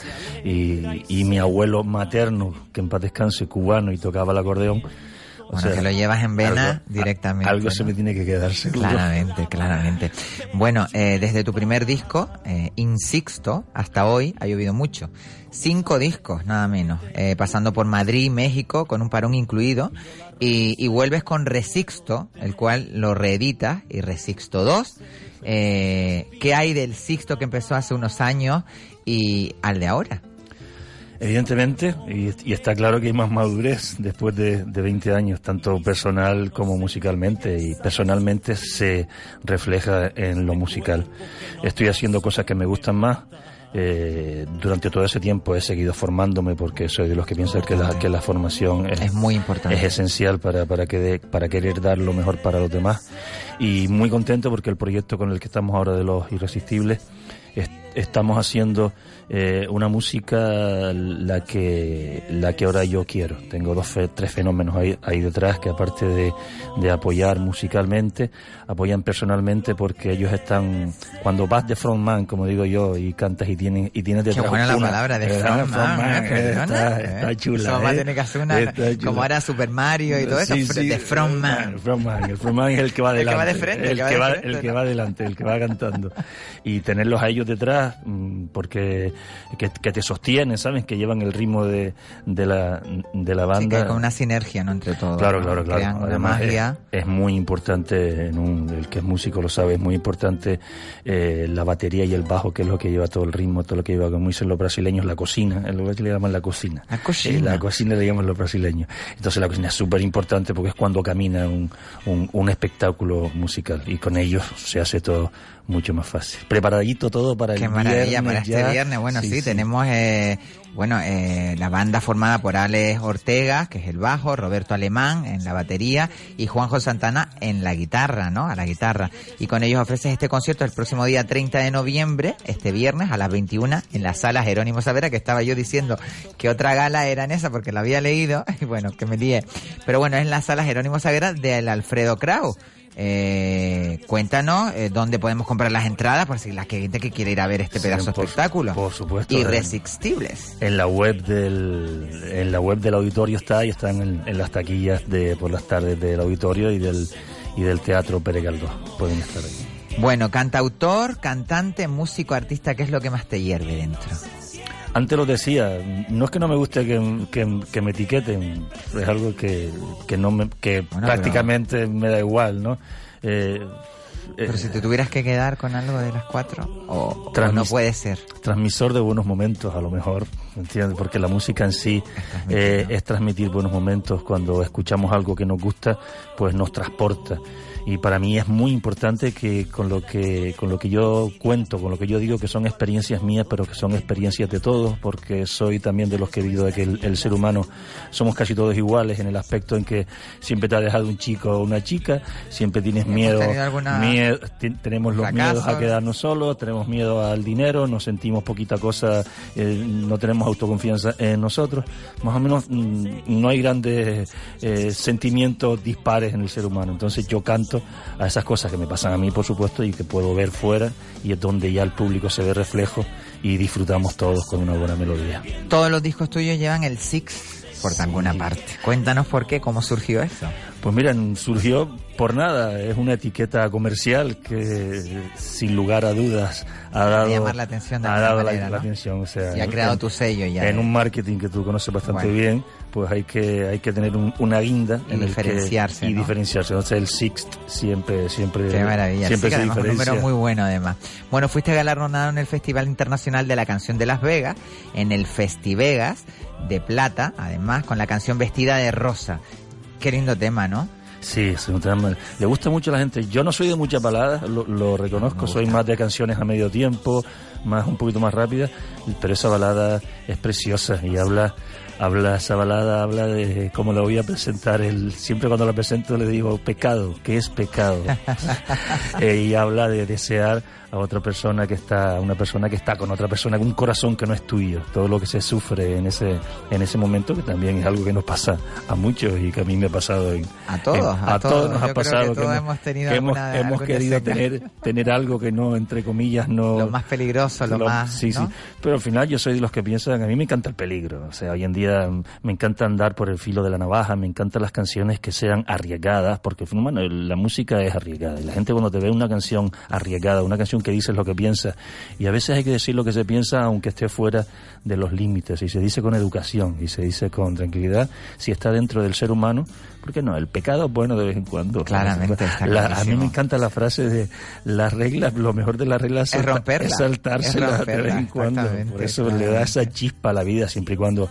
y mi abuelo materno, que en paz descanse, cubano, y tocaba el acordeón. Bueno, que lo llevas en vena directamente. Algo, ¿no? Se me tiene que quedar seguro. Claramente. Bueno, desde tu primer disco, In Sixto, hasta hoy ha llovido mucho. 5 discos, nada menos. Pasando por Madrid, México, con un parón incluido. Y vuelves con Resixto, el cual lo reeditas, y Resixto 2. ¿Qué hay del Sixto que empezó hace unos años y al de ahora? Evidentemente, y está claro que hay más madurez después de 20 años, tanto personal como musicalmente, y personalmente se refleja en lo musical. Estoy haciendo cosas que me gustan más, durante todo ese tiempo he seguido formándome, porque soy de los que piensan que la formación es muy importante, es esencial para querer dar lo mejor para los demás. Y muy contento porque el proyecto con el que estamos ahora de Los Irresistibles, estamos haciendo una música la que ahora yo quiero. Tengo tres fenómenos ahí detrás que, aparte de apoyar musicalmente, apoyan personalmente, porque ellos están, cuando vas de frontman, como digo yo, y cantas y tienes detrás. Qué buena la palabra de frontman, está chula. Eso va a tener que hacer una, como era Super Mario y todo eso, de frontman. El frontman es el que va adelante, el que va adelante, el que va cantando, y tenerlos a ellos detrás, porque que te sostienen, ¿sabes? Que llevan el ritmo de la banda. Sí, que hay con una sinergia, ¿no? Entre todos. Claro. Además, es muy importante, el que es músico lo sabe, es muy importante la batería y el bajo, que es lo que lleva todo el ritmo, todo lo que lleva, como dicen los brasileños, la cocina. En lugar que le llaman la cocina. La cocina le llaman los brasileños. Entonces la cocina es súper importante, porque es cuando camina un espectáculo musical, y con ellos se hace todo mucho más fácil. Preparadito todo para el viernes. Qué maravilla, para este viernes. Bueno, sí, tenemos la banda formada por Alex Ortega, que es el bajo, Roberto Alemán en la batería y Juanjo Santana en la guitarra, ¿no? A la guitarra. Y con ellos ofreces este concierto el próximo día 30 de noviembre, este viernes a las 21, en la Sala Jerónimo Savera, que estaba yo diciendo que otra gala era en esa porque la había leído, y bueno, que me lié. Pero bueno, es en la Sala Jerónimo Savera del Alfredo Krau. Cuéntanos dónde podemos comprar las entradas, por si la gente que quiere ir a ver este pedazo de espectáculo. Por supuesto. Irresistibles. En la web del auditorio está, y están en las taquillas por las tardes del auditorio y del Teatro Pérez Galdós. Pueden estar ahí. Bueno, cantautor, cantante, músico, artista, ¿qué es lo que más te hierve dentro? Antes lo decía, no es que no me guste que me etiqueten, es algo que prácticamente me da igual, ¿no? Pero si te tuvieras que quedar con algo de las cuatro, o no puede ser. Transmisor de buenos momentos, a lo mejor, ¿entiendes? Porque la música en sí es transmitir buenos momentos. Cuando escuchamos algo que nos gusta, pues nos transporta. Y para mí es muy importante que con lo que yo cuento, con lo que yo digo, que son experiencias mías, pero que son experiencias de todos, porque soy también de los que digo de que el ser humano somos casi todos iguales, en el aspecto en que siempre te ha dejado un chico o una chica, siempre tienes miedo, tenemos los miedos a quedarnos solos, tenemos miedo al dinero, nos sentimos poquita cosa, no tenemos autoconfianza en nosotros. Más o menos no hay grandes sentimientos dispares en el ser humano. Entonces yo canto a esas cosas que me pasan a mí, por supuesto, y que puedo ver fuera, y es donde ya el público se ve reflejo y disfrutamos todos con una buena melodía. Todos los discos tuyos llevan el Six por alguna parte. Cuéntanos por qué, cómo surgió eso. Pues miren, surgió por nada, es una etiqueta comercial que sin lugar a dudas ha dado llamar la atención, la atención, o sea, y ha creado tu sello ya. En un marketing que tú conoces bastante bien, pues hay que tener una guinda y diferenciarse, y diferenciarse. Entonces el Sixt siempre qué maravilla, siempre sí, se diferencia. Un número muy bueno además. Bueno, fuiste galardonado en el Festival Internacional de la Canción de Las Vegas, en el Festivegas de Plata, además con la canción Vestida de Rosa. Qué lindo tema, ¿no? Sí, es un tema. Le gusta mucho a la gente. Yo no soy de muchas baladas, lo reconozco, soy más de canciones a medio tiempo, un poquito más rápidas, pero esa balada es preciosa y esa balada habla de cómo la voy a presentar. Siempre cuando la presento le digo pecado, ¿qué es pecado? Y habla de desear a una persona que está con otra persona, con un corazón que no es tuyo, todo lo que se sufre en ese momento, que también es algo que nos pasa a muchos y que a mí me ha pasado a todos nos ha pasado, que hemos tenido hemos querido tener algo que no, entre comillas, no lo más peligroso, lo más, sí, ¿no? Sí, pero al final yo soy de los que piensan, a mí me encanta el peligro, o sea, hoy en día me encanta andar por el filo de la navaja, me encantan las canciones que sean arriesgadas, porque bueno, la música es arriesgada y la gente cuando te ve una canción arriesgada, una canción que dices lo que piensa, y a veces hay que decir lo que se piensa aunque esté fuera de los límites, y se dice con educación y se dice con tranquilidad, si está dentro del ser humano, ¿por qué no? El pecado es bueno de vez en cuando. Claramente. A mí me encanta la frase de las reglas, lo mejor de las reglas es saltárselas de vez en cuando. Por eso le da esa chispa a la vida, siempre y cuando no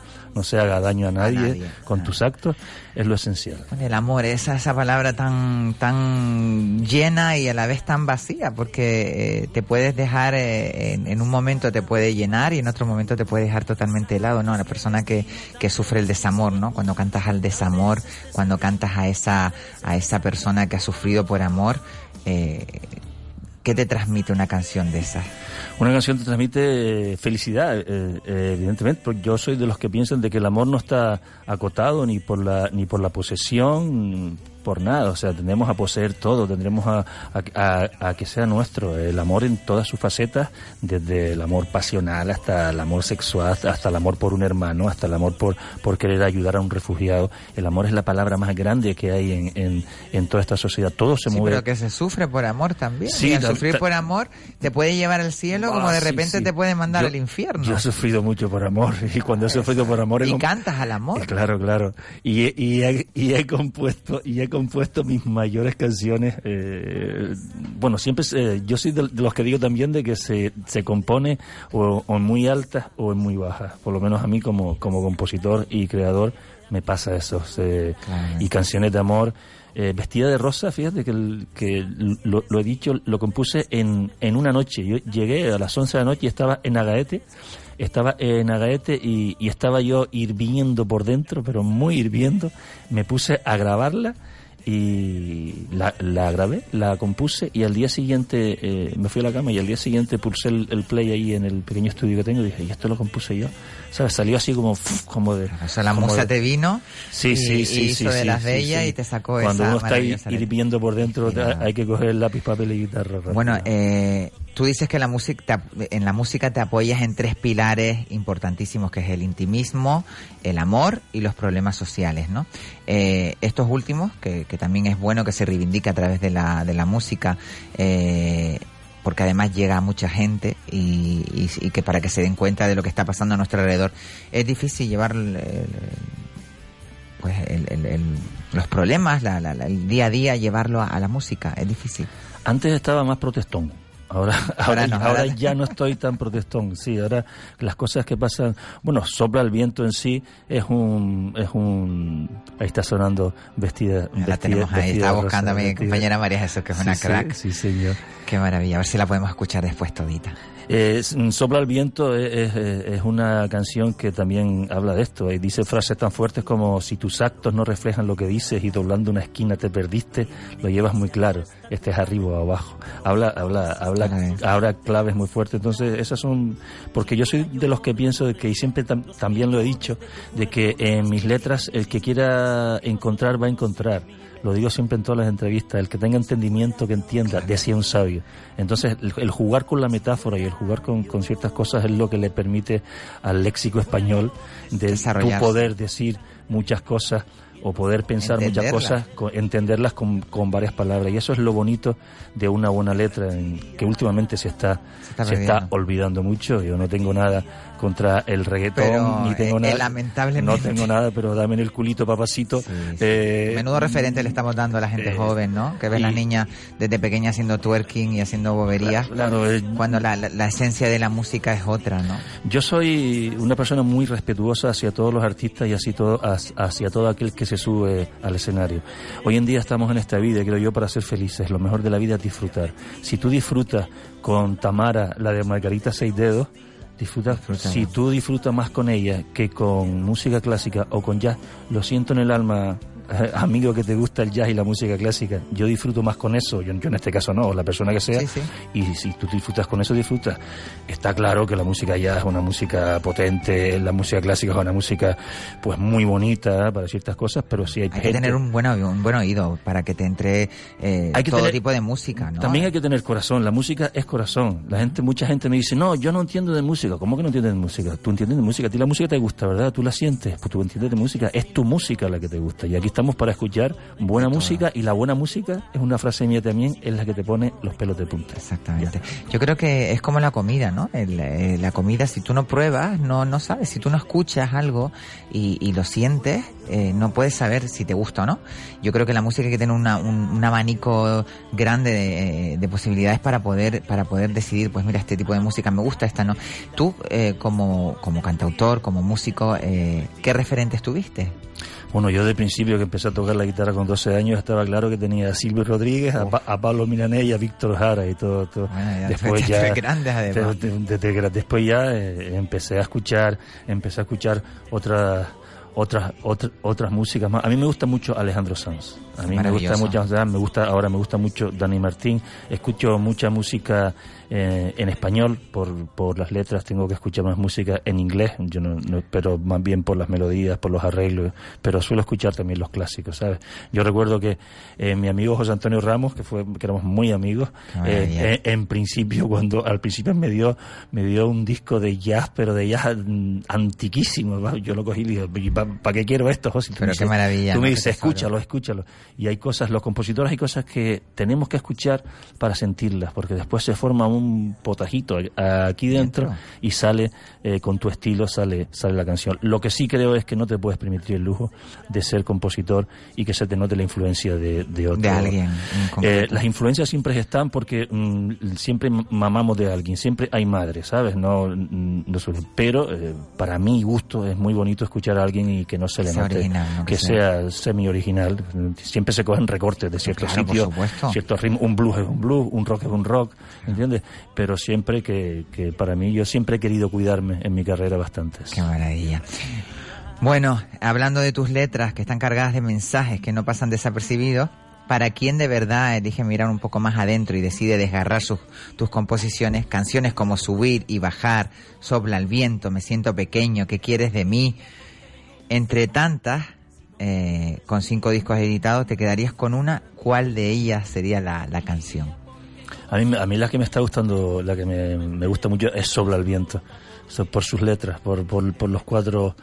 no se haga daño a nadie con tus actos, es lo esencial. El amor, esa palabra tan llena y a la vez tan vacía, porque te puedes dejar, en un momento te puede llenar y en otro momento te puede dejar totalmente helado, ¿no? La persona que sufre el desamor, ¿no? Cuando cantas al desamor, cuando cantas a esa persona que ha sufrido por amor, ¿qué te transmite una canción de esas? Una canción te transmite felicidad, evidentemente, porque yo soy de los que piensan de que el amor no está acotado ni por la posesión, por nada. O sea, tendremos a poseer todo, tendremos a que sea nuestro. El amor en todas sus facetas, desde el amor pasional hasta el amor sexual, hasta el amor por un hermano, hasta el amor por querer ayudar a un refugiado. El amor es la palabra más grande que hay en toda esta sociedad. Todo se mueve. Pero que se sufre por amor también. Sí, y al sufrir por amor te puede llevar al cielo, como de repente te puede mandar al infierno. Yo he sufrido mucho por amor, y cuando he sufrido por amor... Y cantas al amor. Claro. Y he compuesto mis mayores canciones. Bueno, siempre yo soy de los que digo también de que se compone o en muy altas o en muy bajas. Por lo menos a mí como compositor y creador me pasa eso. Claro. Y canciones de amor. Vestida de rosa, fíjate que lo he dicho, lo compuse en una noche. Yo llegué a las 11 de la noche y estaba en Agaete y estaba yo hirviendo por dentro, pero muy hirviendo. Me puse a grabarla y la grabé, la compuse, y al día siguiente me fui a la cama y al día siguiente pulsé el play ahí en el pequeño estudio que tengo y dije, y esto lo compuse yo, ¿sabes? Salió así como de... O sea, la musa te vino sí, hizo de las de ella y te sacó cuando esa... Cuando uno está hirviendo por dentro, hay que coger el lápiz, papel y guitarra. Bueno, tú dices que en la música te apoyas en 3 pilares importantísimos, que es el intimismo, el amor y los problemas sociales, ¿no? Estos últimos, que también es bueno que se reivindique a través de la música, porque además llega a mucha gente y que para que se den cuenta de lo que está pasando a nuestro alrededor, es difícil llevar los problemas, el día a día, llevarlo a la música, es difícil. Antes estaba más protestón. Ahora ya no estoy tan protestón. Sí, ahora las cosas que pasan, bueno, Sopla el viento en sí es un ahí está sonando vestida. La tenemos ahí, está buscando a mi compañera María Jesús, que es una crack. Sí, señor. Qué maravilla, a ver si la podemos escuchar después todita. Sopla el viento es una canción que también habla de esto. Dice frases tan fuertes como: si tus actos no reflejan lo que dices y doblando una esquina te perdiste, lo llevas muy claro, estés arriba o abajo. Habla claves muy fuertes. Entonces esas son, porque yo soy de los que pienso de que, y siempre también lo he dicho, de que en mis letras el que quiera encontrar va a encontrar. Lo digo siempre en todas las entrevistas: el que tenga entendimiento, que entienda, decía un sabio. Entonces el jugar con la metáfora y el jugar con ciertas cosas es lo que le permite al léxico español de tu poder decir muchas cosas o poder pensar muchas cosas, entenderlas con varias palabras. Y eso es lo bonito de una buena letra, que últimamente se está olvidando mucho. Yo no tengo nada contra el reggaetón, pero, ni tengo nada, lamentablemente. no tengo nada, pero dame en el culito, papacito. Sí. Menudo referente le estamos dando a la gente joven, ¿no? Que ven las niñas desde pequeña haciendo twerking y haciendo boberías, cuando la esencia de la música es otra, ¿no? Yo soy una persona muy respetuosa hacia todos los artistas y hacia todo aquel que se sube al escenario. Hoy en día estamos en esta vida, creo yo, para ser felices. Lo mejor de la vida es disfrutar. Si tú disfrutas con Tamara, la de Margarita Seis Dedos, disfruta. Si tú disfrutas más con ella que con música clásica o con jazz, lo siento en el alma, amigo que te gusta el jazz y la música clásica, yo disfruto más con eso, yo en este caso no, la persona que sea, y si tú disfrutas con eso, disfrutas. Está claro que la música jazz es una música potente, la música clásica es una música pues muy bonita para ciertas cosas, pero sí hay que tener un buen oído para que te entre todo tipo de música, ¿no? También hay que tener corazón, la música es corazón. Mucha gente me dice, no, yo no entiendo de música. ¿Cómo que no entiendes de música? Tú entiendes de música, a ti la música te gusta, ¿verdad? Tú la sientes, pues tú entiendes de música, es tu música la que te gusta, y aquí estamos para escuchar buena música, y la buena música, es una frase mía también, es la que te pone los pelos de punta. Exactamente. Yo creo que es como la comida, ¿no? La comida, si tú no pruebas, no sabes. Si tú no escuchas algo y lo sientes, no puedes saber si te gusta o no. Yo creo que la música hay que tener un abanico grande de posibilidades para poder decidir, pues mira, este tipo de música me gusta, esta no. Tú, como cantautor, como músico, ¿qué referentes tuviste? Bueno, yo de principio que empecé a tocar la guitarra con 12 años estaba claro que tenía a Silvio Rodríguez, a Pablo Milanés y a Víctor Jara y todo. Bueno, después ya grandes, además. Después ya empecé a escuchar otras músicas más. A mí me gusta mucho Alejandro Sanz. A mí me gusta mucho Dani Martín. Escucho mucha música en español por las letras. Tengo que escuchar más música en inglés, yo no, pero más bien por las melodías, por los arreglos. Pero suelo escuchar también los clásicos, ¿sabes? Yo recuerdo que mi amigo José Antonio Ramos, que éramos muy amigos, en principio, cuando al principio me dio un disco de jazz, pero de jazz antiquísimo, ¿va? Yo lo cogí y le dije, ¿para qué quiero esto, José? Pero qué maravilla. Tú me dices, escúchalo. Y hay cosas, los compositores hay cosas que tenemos que escuchar para sentirlas, porque después se forma un potajito aquí dentro y sale, con tu estilo sale la canción. Lo que sí creo es que no te puedes permitir el lujo de ser compositor y que se te note la influencia de otro. De alguien. Las influencias siempre están porque siempre mamamos de alguien, siempre hay madre, ¿sabes? Pero para mi gusto es muy bonito escuchar a alguien y que no se le note, original, ¿no? que sea semi-original. Siempre se cogen recortes de ciertos sitios, ciertos ritmos. Un blues es un blues, un rock es un rock, ¿entiendes? Pero siempre que para mí, yo siempre he querido cuidarme en mi carrera bastante. Qué maravilla. Bueno, hablando de tus letras que están cargadas de mensajes que no pasan desapercibidos, para quien de verdad elige mirar un poco más adentro y decide desgarrar tus composiciones, canciones como Subir y Bajar, Sopla el viento, Me siento pequeño, ¿Qué quieres de mí? Entre tantas, con 5 discos editados, ¿te quedarías con una? ¿Cuál de ellas sería la canción? A mí la que me está gustando, la que me gusta mucho es Sopla el viento, por sus letras, por los cuatro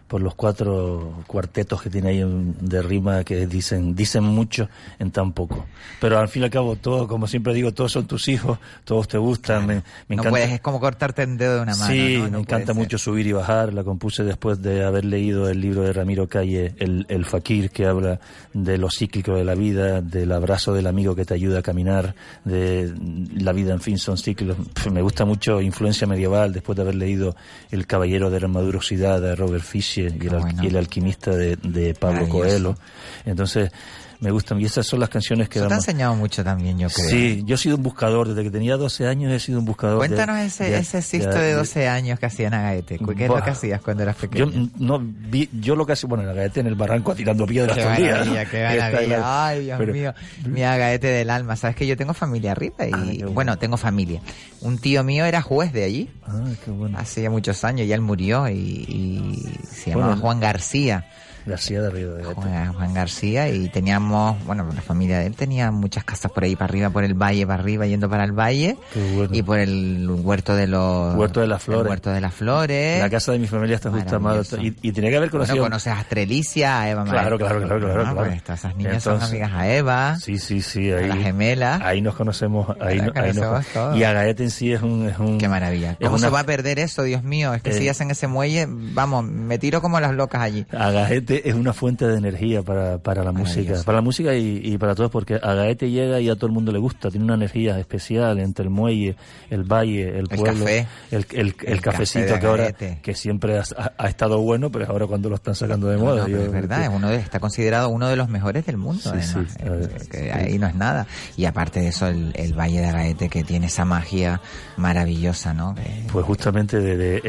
cuartetos que tiene ahí de rima que dicen mucho en tan poco. Pero al fin y al cabo, todo, como siempre digo, todos son tus hijos, todos te gustan. Claro. Me encanta. Es como cortarte un dedo de una mano. Sí, me encanta mucho Subir y Bajar. La compuse después de haber leído el libro de Ramiro Calle, el Fakir, que habla de lo cíclico de la vida, del abrazo del amigo que te ayuda a caminar, de la vida, en fin, son ciclos. Me gusta mucho influencia medieval, después de haber leído El caballero de la armadura oxidada de Robert Fisher y el alquimista de Pablo Coelho. Entonces me gustan, y esas son las canciones que te ha enseñado mucho también, yo creo. Sí, yo he sido un buscador, desde que tenía 12 años he sido un buscador. Cuéntanos ese Sisto de 12 años que hacían a Gaete. ¿Qué es lo que hacías cuando eras pequeño? Yo lo que hacía, en Gaete en el barranco tirando piedras todo el día. Qué maravilla. Ay, Dios mío. Mi Gaete del alma. Sabes que yo tengo familia arriba y, tengo familia. Un tío mío era juez de allí. Ah, qué bueno. Hace ya muchos años, ya él murió y se llamaba Juan García. García de arriba de Juan García, y teníamos, la familia de él tenía muchas casas por ahí para arriba, por el valle para arriba, yendo para el valle, y por el huerto de las Flores. La casa de mi familia está justo al lado, y tenía que haber conocido. Conoces a Estrelicia, a Eva. Claro. Pues esas niñas son amigas a Eva. Sí, a las gemelas. Ahí nos conocemos, todos. Y a Gaete en sí es un qué maravilla. ¿Cómo se va a perder eso, Dios mío? Es que si hacen ese muelle, vamos, me tiro como las locas allí. A Gaete es una fuente de energía para la música y para todos, porque a Gaete llega y a todo el mundo le gusta, tiene una energía especial entre el muelle, el valle, el pueblo, el cafecito que ahora, que siempre ha estado bueno, pero ahora cuando lo están sacando de moda. Es verdad, está considerado uno de los mejores del mundo, además. Ahí no es nada. Y aparte de eso, el valle de Gaete, que tiene esa magia maravillosa, ¿no? Pues justamente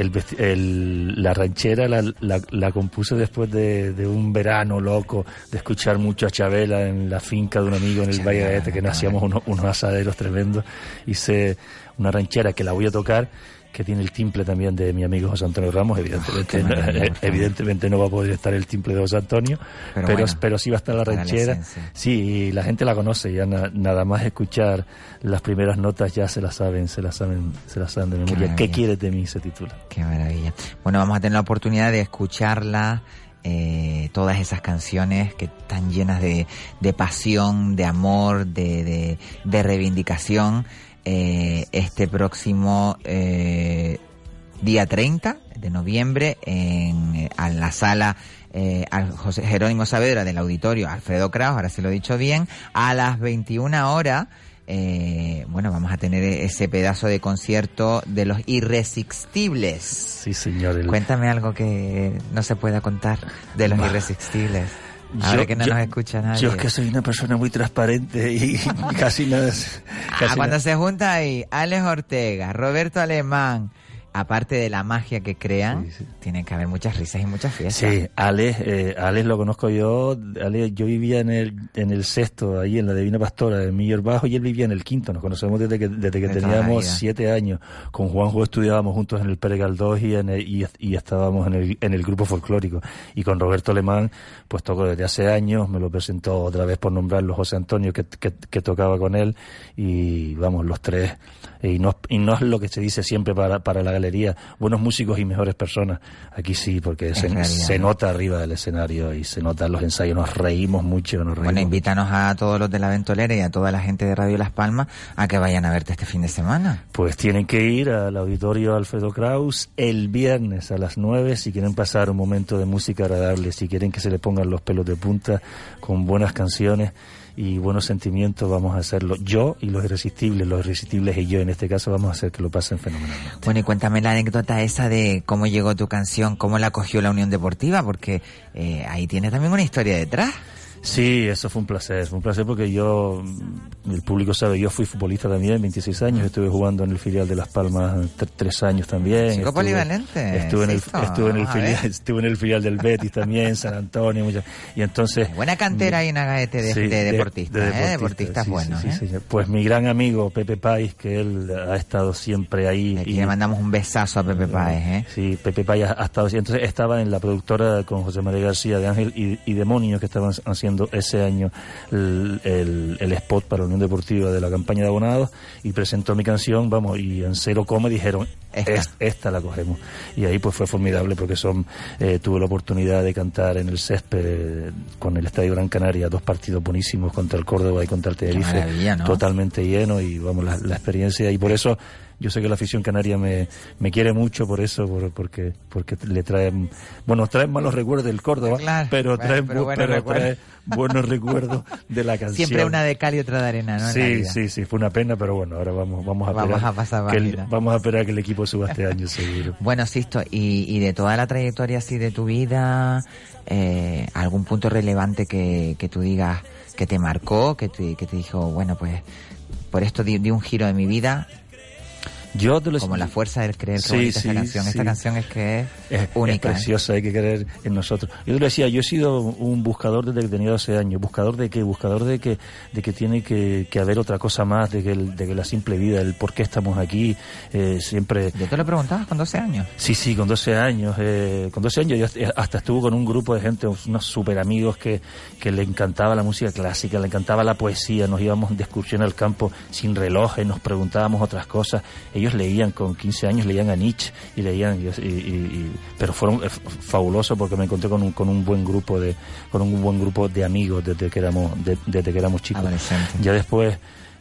la ranchera la compuse después de un verano loco, de escuchar mucho a Chabela en la finca de un amigo en el Valle de Gaete, que nos hacíamos unos asaderos tremendos. Hice una ranchera que la voy a tocar, que tiene el timple también de mi amigo José Antonio Ramos. Evidentemente no va a poder estar el timple de José Antonio, pero sí va a estar la ranchera. Sí, y la gente la conoce, ya nada más escuchar las primeras notas ya se las saben de memoria. ¿Qué quieres de mí? Se titula. Qué maravilla. Bueno, vamos a tener la oportunidad de escucharla todas esas canciones que están llenas de pasión, de amor, de reivindicación. Este próximo día 30 de noviembre en la sala al José Jerónimo Saavedra del Auditorio Alfredo Kraus, ahora sí lo he dicho bien, a las 21 horas. Vamos a tener ese pedazo de concierto de los Irresistibles. Sí, señor. Cuéntame algo que no se pueda contar de los Irresistibles. Ahora que no nos escucha nadie. Yo es que soy una persona muy transparente y casi nada. Cuando se junta ahí Alex Ortega, Roberto Alemán, aparte de la magia que crean, tiene que haber muchas risas y muchas fiestas. Sí, Alex lo conozco yo. Alex, yo vivía en el sexto, ahí en la Divina Pastora de Miller Bajo, y él vivía en el quinto. Nos conocemos desde que teníamos 7 años. Con Juanjo estudiábamos juntos en el Pere Galdós y estábamos en el grupo folclórico. Y con Roberto Alemán, pues toco desde hace años. Me lo presentó otra vez por nombrarlo José Antonio, que tocaba con él. Y vamos, los tres. Y no es lo que se dice siempre para la galería, buenos músicos y mejores personas. Aquí sí, porque se nota arriba del escenario y se nota en los ensayos, nos reímos mucho. Bueno, invítanos a todos los de la Ventolera y a toda la gente de Radio Las Palmas a que vayan a verte este fin de semana. Pues tienen que ir al Auditorio Alfredo Kraus el viernes a las 9 si quieren pasar un momento de música agradable, si quieren que se le pongan los pelos de punta con buenas canciones y buenos sentimientos. Vamos a hacerlo yo y los irresistibles y yo en este caso vamos a hacer que lo pasen fenomenalmente. Bueno, y cuéntame la anécdota esa de cómo llegó tu canción, cómo la cogió la Unión Deportiva, porque ahí tiene también una historia detrás. Sí, eso fue un placer porque yo, el público sabe, yo fui futbolista también, 26 años, estuve jugando en el filial de Las Palmas 3 años también. Chico polivalente. Estuve en el filial del Betis también, San Antonio, y entonces... Buena cantera ahí en Agaete de deportistas, deportistas buenos. Sí. Pues mi gran amigo Pepe Páez, que él ha estado siempre ahí. Aquí le mandamos un besazo a Pepe Páez, Sí, Pepe Páez ha estado, entonces estaba en la productora con José María García de Ángel y Demonio, que estaban haciendo ese año el spot para la Unión Deportiva de la campaña de abonados, y presentó mi canción, y en 0, dijeron esta la cogemos, y ahí pues fue formidable porque tuve la oportunidad de cantar en el césped con el Estadio Gran Canaria 2 partidos buenísimos contra el Córdoba y contra el Tenerife, ¿no? Totalmente lleno, y la experiencia, y por eso yo sé que la afición canaria me quiere mucho por eso, porque le traen malos recuerdos del Córdoba, pero traen buenos recuerdos de la canción. Siempre una de cal y otra de arena, ¿no? Sí, fue una pena, pero bueno, ahora vamos a esperar que el equipo suba este año seguro. Bueno, Sisto, y de toda la trayectoria así de tu vida, algún punto relevante que tú digas que te marcó, que te dijo, bueno, pues por esto di un giro de mi vida. Como la fuerza del creer, esta canción. Esta canción es única. Es preciosa, hay que creer en nosotros. Yo te lo decía, yo he sido un buscador desde que tenía 12 años. ¿Buscador de qué? Buscador de que tiene que haber otra cosa más, de que la simple vida, el por qué estamos aquí, siempre... ¿Ya te lo preguntabas con 12 años? Sí, con 12 años. Con 12 años yo hasta estuve con un grupo de gente, unos súper amigos que le encantaba la música clásica, le encantaba la poesía, nos íbamos de excursión al campo sin relojes, nos preguntábamos otras cosas. Ellos leían con 15 años, leían a Nietzsche y leían, pero fueron fabulosos porque me encontré con un buen grupo de amigos desde que éramos chicos. Ya después,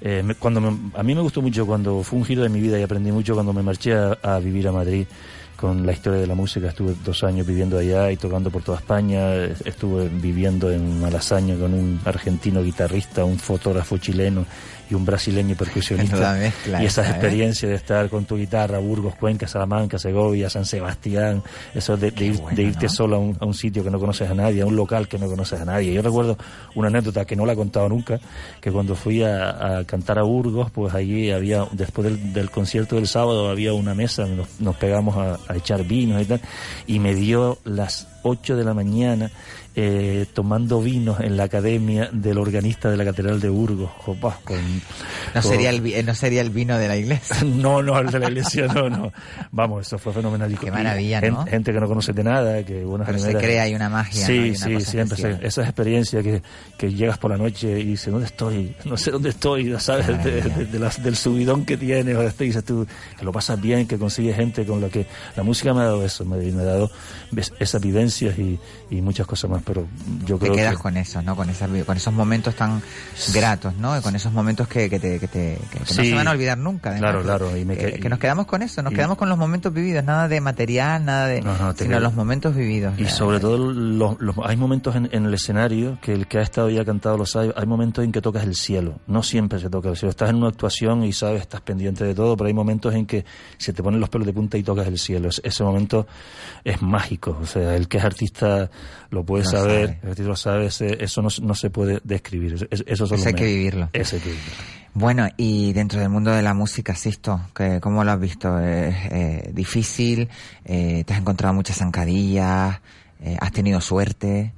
a mí me gustó mucho cuando fue un giro de mi vida y aprendí mucho cuando me marché a vivir a Madrid. Con la historia de la música estuve 2 años viviendo allá y tocando por toda España. Estuve viviendo en Malasaña con un argentino guitarrista, un fotógrafo chileno y un brasileño percusionista. Y esas experiencias de estar con tu guitarra, Burgos, Cuenca, Salamanca, Segovia, San Sebastián, eso de irte solo a un sitio que no conoces a nadie, a un local que no conoces a nadie. Yo recuerdo una anécdota que no la he contado nunca, que cuando fui a cantar a Burgos, pues allí había, después del concierto del sábado, había una mesa, nos pegamos a echar vinos y tal, y me dio las 8 de la mañana tomando vinos en la academia del organista de la Catedral de Burgos. ¿No sería el vino de la iglesia? No, el de la iglesia no. Vamos, eso fue fenomenal. Qué maravilla, ¿no? Gente que no conoce de nada, que pero se crea, hay una magia. Sí, siempre. Esas experiencias que llegas por la noche y dices, ¿dónde estoy? No sé dónde estoy, ¿sabes? Del subidón que tienes, o dices tú, que lo pasas bien, que consigues gente con la que... La música me ha dado eso, me ha dado esa vivencia vivencias y muchas cosas más, pero yo creo que... Te quedas con eso, ¿no? Con esos momentos tan gratos, ¿no? Y con esos momentos que no se van a olvidar nunca. Claro. Que nos quedamos con eso, nos quedamos con los momentos vividos, nada de material, nada de... sino los momentos vividos. Y sobre todo hay momentos en el escenario, que el que ha estado y ha cantado lo sabe, hay momentos en que tocas el cielo, no siempre se toca el cielo. Estás en una actuación y sabes, estás pendiente de todo, pero hay momentos en que se te ponen los pelos de punta y tocas el cielo. Ese momento es mágico, o sea, el que es artista lo puede saber, el artista lo sabe, eso no se puede describir, eso solo hay que vivirlo. Eso hay que vivirlo. Bueno, y dentro del mundo de la música, Sisto, ¿cómo lo has visto? ¿Es difícil? ¿Te has encontrado muchas zancadillas? ¿Has tenido suerte?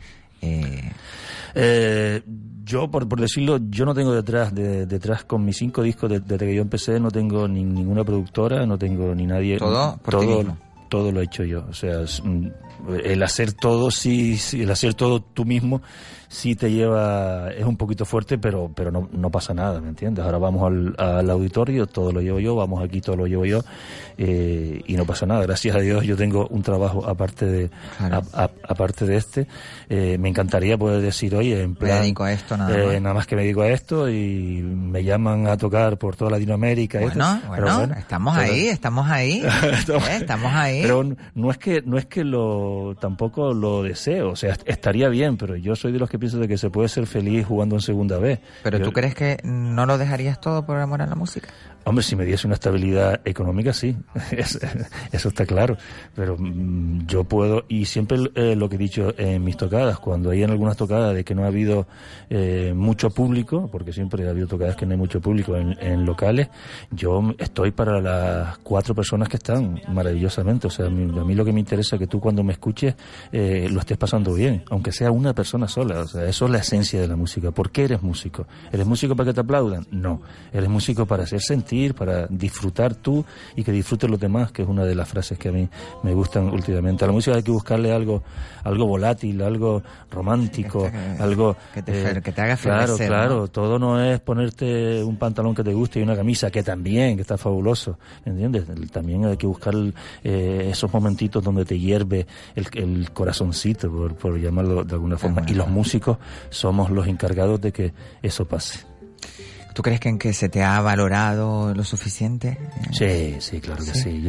Yo, por decirlo, yo no tengo detrás con mis 5 discos, desde que yo empecé, no tengo ninguna productora, no tengo ni nadie. Todo lo he hecho yo. O sea, el hacer todo, el hacer todo tú mismo, sí te lleva, es un poquito fuerte, pero no pasa nada, ¿me entiendes? Ahora vamos al auditorio, todo lo llevo yo, vamos aquí, todo lo llevo yo, y no pasa nada. Gracias a Dios yo tengo un trabajo aparte de este. Me encantaría poder decir, oye, en plan, me dedico a esto, nada más que me dedico a esto, y me llaman a tocar por toda Latinoamérica. Bueno, estamos ahí. Pero no es que tampoco lo deseo, o sea, estaría bien, pero yo soy de los que pienso de que se puede ser feliz jugando en segunda vez. ¿Pero tú crees que no lo dejarías todo por amor a la música? Hombre, si me diese una estabilidad económica, sí, eso está claro, pero yo puedo, y siempre lo que he dicho en mis tocadas, cuando hay en algunas tocadas de que no ha habido mucho público, porque siempre ha habido tocadas que no hay mucho público en locales, yo estoy para las 4 personas que están maravillosamente. O sea, a mí lo que me interesa es que tú cuando me escuches lo estés pasando bien, aunque sea una persona sola. O sea, eso es la esencia de la música. ¿Por qué eres músico? ¿Eres músico para que te aplaudan? No, eres músico para hacer sentir, para disfrutar tú y que disfruten los demás, que es una de las frases que a mí me gustan últimamente. A la música hay que buscarle algo volátil, algo romántico, algo que te haga feliz. Claro, ¿no? Todo no es ponerte un pantalón que te guste y una camisa que también, que está fabuloso, ¿entiendes? También hay que buscar esos momentitos donde te hierve el corazoncito, por llamarlo de alguna forma, y los músicos somos los encargados de que eso pase. ¿Tú crees que en que se te ha valorado lo suficiente? Sí, claro que sí.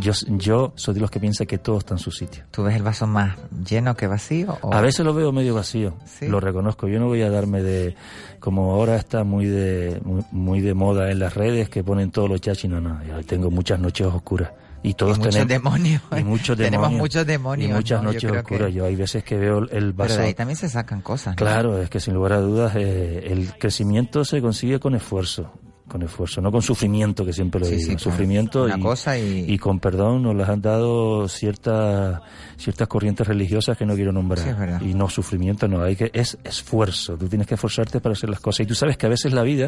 Yo soy de los que piensa que todo está en su sitio. ¿Tú ves el vaso más lleno que vacío? ¿O? A veces lo veo medio vacío, ¿sí? Lo reconozco. Yo no voy a darme como ahora está muy de moda en las redes, que ponen todos los chachis. No, yo tengo muchas noches oscuras. Y todos muchos demonios. Tenemos muchos demonios. Y muchas noches oscuras. Yo hay veces que veo el vaso. Pero de ahí también se sacan cosas, ¿no? Claro, es que sin lugar a dudas el crecimiento se consigue con esfuerzo, no con sufrimiento, que siempre lo digo. Sufrimiento y con perdón nos las han dado ciertas corrientes religiosas que no quiero nombrar. Sí, es verdad. Y no sufrimiento, no, es esfuerzo. Tú tienes que esforzarte para hacer las cosas. Y tú sabes que a veces la vida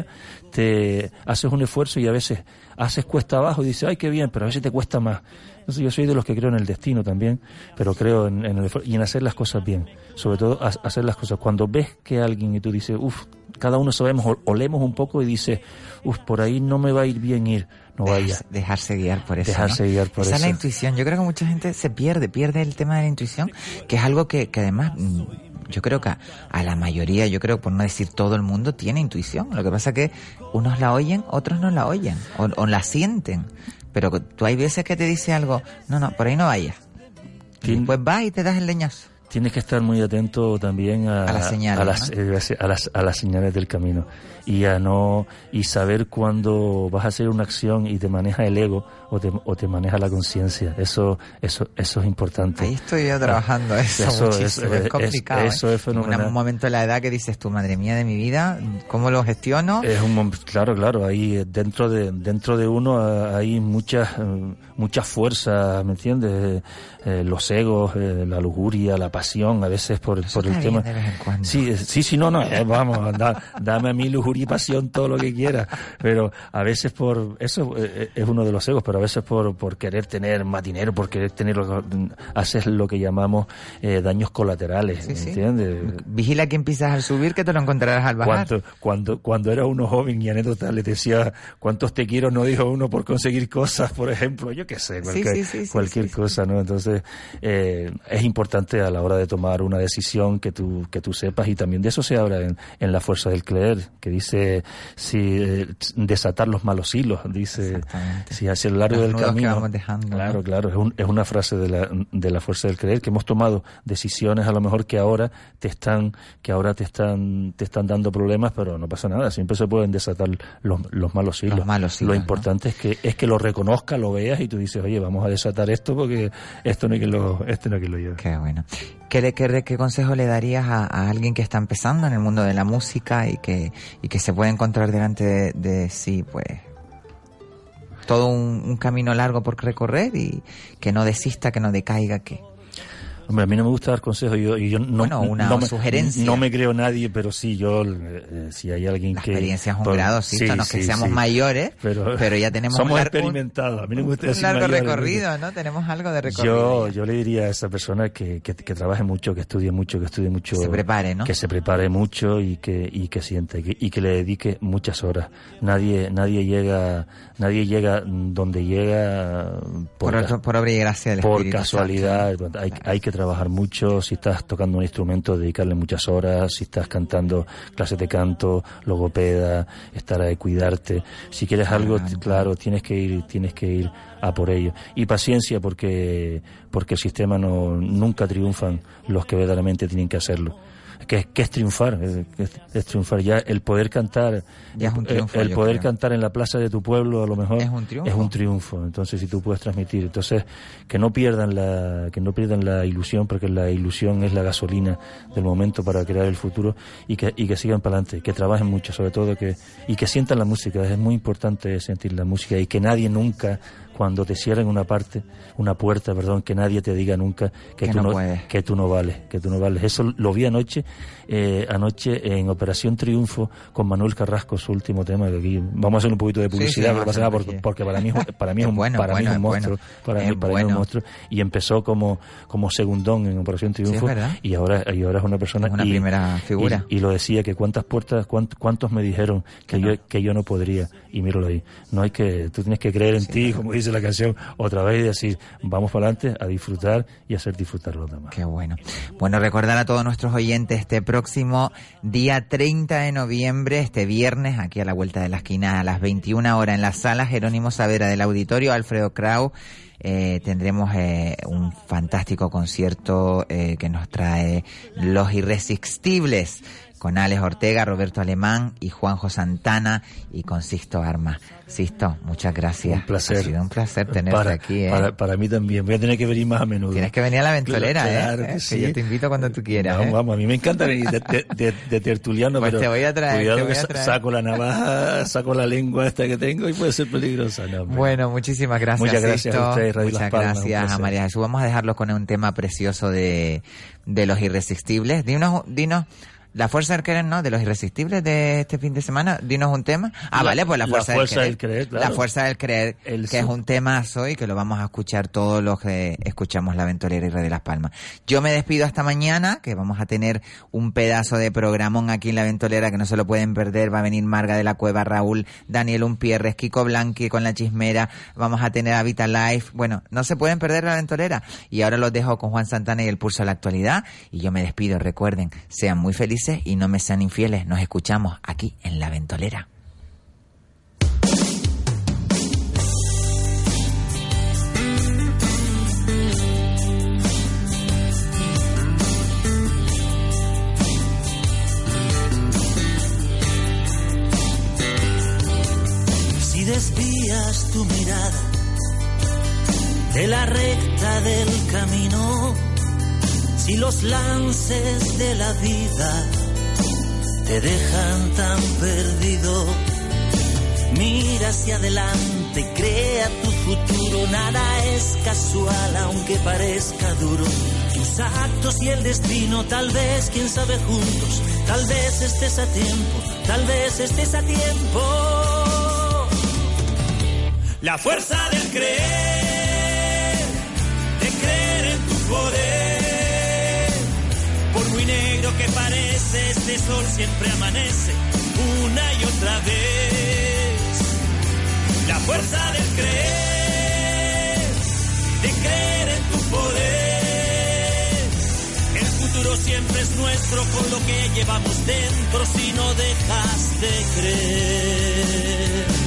te haces un esfuerzo y a veces haces cuesta abajo y dices, ay, qué bien, pero a veces te cuesta más. Entonces yo soy de los que creo en el destino también, pero creo en el esfuerzo y en hacer las cosas bien. Sobre todo hacer las cosas. Cuando ves que alguien y tú dices, cada uno sabemos, olemos un poco y dices, por ahí no me va a ir bien ir. No vaya. Dejarse guiar por eso. Esa es la intuición. Yo creo que mucha gente se pierde el tema de la intuición, que es algo que además yo creo que a la mayoría, yo creo, por no decir todo el mundo, tiene intuición. Lo que pasa es que unos la oyen, otros no la oyen, o la sienten. Pero tú hay veces que te dice algo, no, por ahí no vayas. Pues vas y te das el leñazo. Tienes que estar muy atento también a las señales, a las señales del camino, y saber cuándo vas a hacer una acción y te maneja el ego o te maneja la conciencia. Eso es importante. Ahí estoy yo trabajando eso muchísimo. Es complicado. Eso es fenomenal. Un momento de la edad que dices tú, madre mía de mi vida, ¿cómo lo gestiono? Es claro. Ahí dentro de uno hay mucha fuerza, ¿me entiendes? Los egos, la lujuria, la pasión, a veces por el tema. De vez en cuando. Sí, no, vamos, dame a mí lujuria y pasión todo lo que quieras, pero a veces por eso es uno de los egos, pero a veces por querer tener más dinero, por querer tener, haces lo que llamamos daños colaterales, ¿entiendes? Vigila quién pisas al subir, que te lo encontrarás al bajar. Cuando era uno joven y anécdota le decía cuántos te quiero, no dijo uno por conseguir cosas, por ejemplo, yo qué sé, cualquier cosa, ¿no? Entonces es importante a la hora de tomar una decisión que tú sepas, y también de eso se habla en La fuerza del creer, que dice desatar los malos hilos, dice si hacia lo largo del camino. Vamos dejando, claro, es una frase de la fuerza del creer, que hemos tomado decisiones a lo mejor que ahora te están dando problemas, pero no pasa nada, siempre se pueden desatar los malos hilos. Lo importante es que lo reconozcas, lo veas y tú dices, oye, vamos a desatar esto porque esto no hay que lo lleve. Qué bueno. ¿Qué consejo le darías a alguien que está empezando en el mundo de la música y que se puede encontrar delante de sí, pues, todo un camino largo por recorrer, y que no desista, que no decaiga, que... Hombre, a mí no me gusta dar consejos, yo no, sugerencia. No me creo nadie, pero sí, si hay alguien la que... La experiencia es un grado, no es que seamos mayores, pero ya tenemos somos experimentados. A mí no me gusta decir largo mayores, recorrido, ¿no? Tenemos algo de recorrido. Yo le diría a esa persona que trabaje mucho, que estue mucho. Que se prepare, ¿no? Que se prepare mucho y que siente, y que le dedique muchas horas. Nadie llega donde llega por obra y gracia del Espíritu por casualidad. Santo. Hay que trabajar mucho. Si estás tocando un instrumento, dedicarle muchas horas. Si estás cantando, clases de canto, logopeda, estar ahí, cuidarte. Si quieres algo, claro, tienes que ir a por ello. Y paciencia, porque el sistema nunca triunfan los que verdaderamente tienen que hacerlo. Que es triunfar, es triunfar. Ya el poder cantar, ya es un triunfo, el poder cantar en la plaza de tu pueblo, a lo mejor es un triunfo. Entonces, si tú puedes transmitir, entonces que no pierdan la ilusión, porque la ilusión es la gasolina del momento para crear el futuro, y que sigan para adelante, que trabajen mucho, sobre todo y que sientan la música. Es muy importante sentir la música, y que nadie nunca, cuando te cierren una puerta, que nadie te diga nunca que tú no vales. Eso lo vi anoche en Operación Triunfo con Manuel Carrasco, su último tema, que aquí vamos a hacer un poquito de publicidad, no pasa nada, porque para mí es un monstruo, para mí es un monstruo, y empezó como segundón en Operación Triunfo, y ahora es una persona, una primera figura, y lo decía, que cuántas puertas, cuántos me dijeron que yo no podría, y míralo ahí. Tú tienes que creer en ti, como dice la canción, otra vez, y decir, vamos para adelante a disfrutar y hacer disfrutar a los demás. Qué bueno. Bueno, recordar a todos nuestros oyentes, este próximo día 30 de noviembre, este viernes, aquí a la vuelta de la esquina, a las 21 horas, en la sala Jerónimo Saavedra del Auditorio Alfredo Kraus, tendremos un fantástico concierto que nos trae Los Irresistibles, con Alex Ortega, Roberto Alemán y Juanjo Santana, y con Sixto Armas. Sixto, muchas gracias. Un placer. Ha sido un placer tenerte aquí. Para mí también. Voy a tener que venir más a menudo. Tienes que venir a la Ventolera, claro que sí. Que yo te invito cuando tú quieras. Vamos, a mí me encanta venir de tertuliano, pues pero te voy a traer. Cuidado, saco la navaja, saco la lengua esta que tengo y puede ser peligrosa. No, bueno, muchísimas gracias. Muchas gracias Sixto. a ustedes, Radio Muchas Las Palmas, gracias a María Jesús. Vamos a dejarlos con un tema precioso de Los Irresistibles. Dinos. La fuerza del querer, ¿no? De Los Irresistibles de este fin de semana. Dinos un tema. Vale, pues la fuerza del querer. Claro. La fuerza del creer, que es un temazo y que lo vamos a escuchar todos los que escuchamos La Ventolera y Radio Las Palmas. Yo me despido hasta mañana, que vamos a tener un pedazo de programón aquí en La Ventolera que no se lo pueden perder. Va a venir Marga de la Cueva, Raúl, Daniel Umpierres, Kiko Blanqui con La Chismera. Vamos a tener a Vita Life. Bueno, no se pueden perder La Ventolera. Y ahora los dejo con Juan Santana y el Pulso de la Actualidad. Y yo me despido. Recuerden, sean muy felices y no me sean infieles. Nos escuchamos aquí en La Ventolera. Si desvías tu mirada de la recta del camino, si los lances de la vida te dejan tan perdido, mira hacia adelante, crea tu futuro, nada es casual aunque parezca duro. Tus actos y el destino, tal vez, quién sabe, juntos, tal vez estés a tiempo, tal vez estés a tiempo. La fuerza del creer, de creer en tu poder. Por muy negro que parece, este sol siempre amanece una y otra vez. La fuerza del creer, de creer en tu poder. El futuro siempre es nuestro con lo que llevamos dentro si no dejas de creer.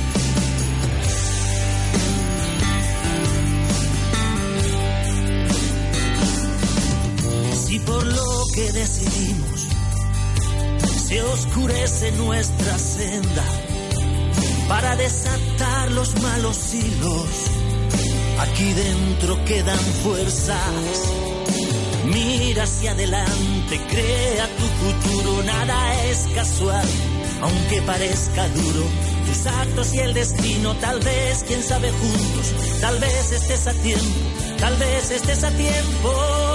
Si por lo que decidimos se oscurece nuestra senda para desatar los malos hilos, aquí dentro quedan fuerzas. Mira hacia adelante, crea tu futuro, nada es casual, aunque parezca duro. Tus actos y el destino, tal vez, quién sabe, juntos, tal vez estés a tiempo, tal vez estés a tiempo.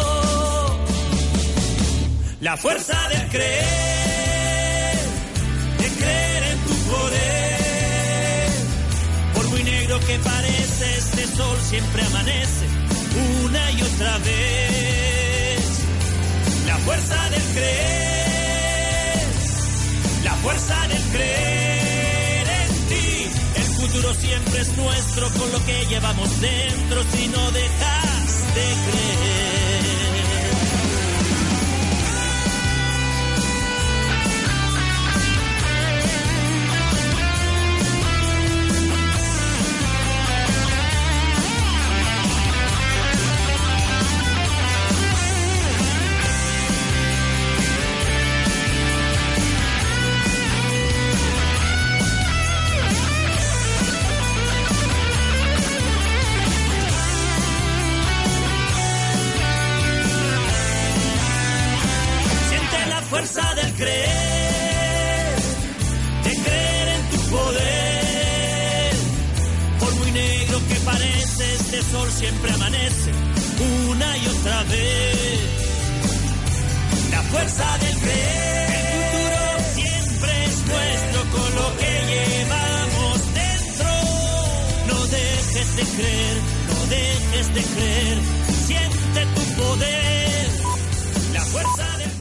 La fuerza del creer, de creer en tu poder. Por muy negro que parece, este sol siempre amanece una y otra vez. La fuerza del creer, la fuerza del creer en ti. El futuro siempre es nuestro con lo que llevamos dentro si no dejas de creer. Fuerza del creer, de creer en tu poder. Por muy negro que parece, este sol siempre amanece una y otra vez. La fuerza del creer, el futuro siempre es nuestro con lo que llevamos dentro. No dejes de creer, no dejes de creer.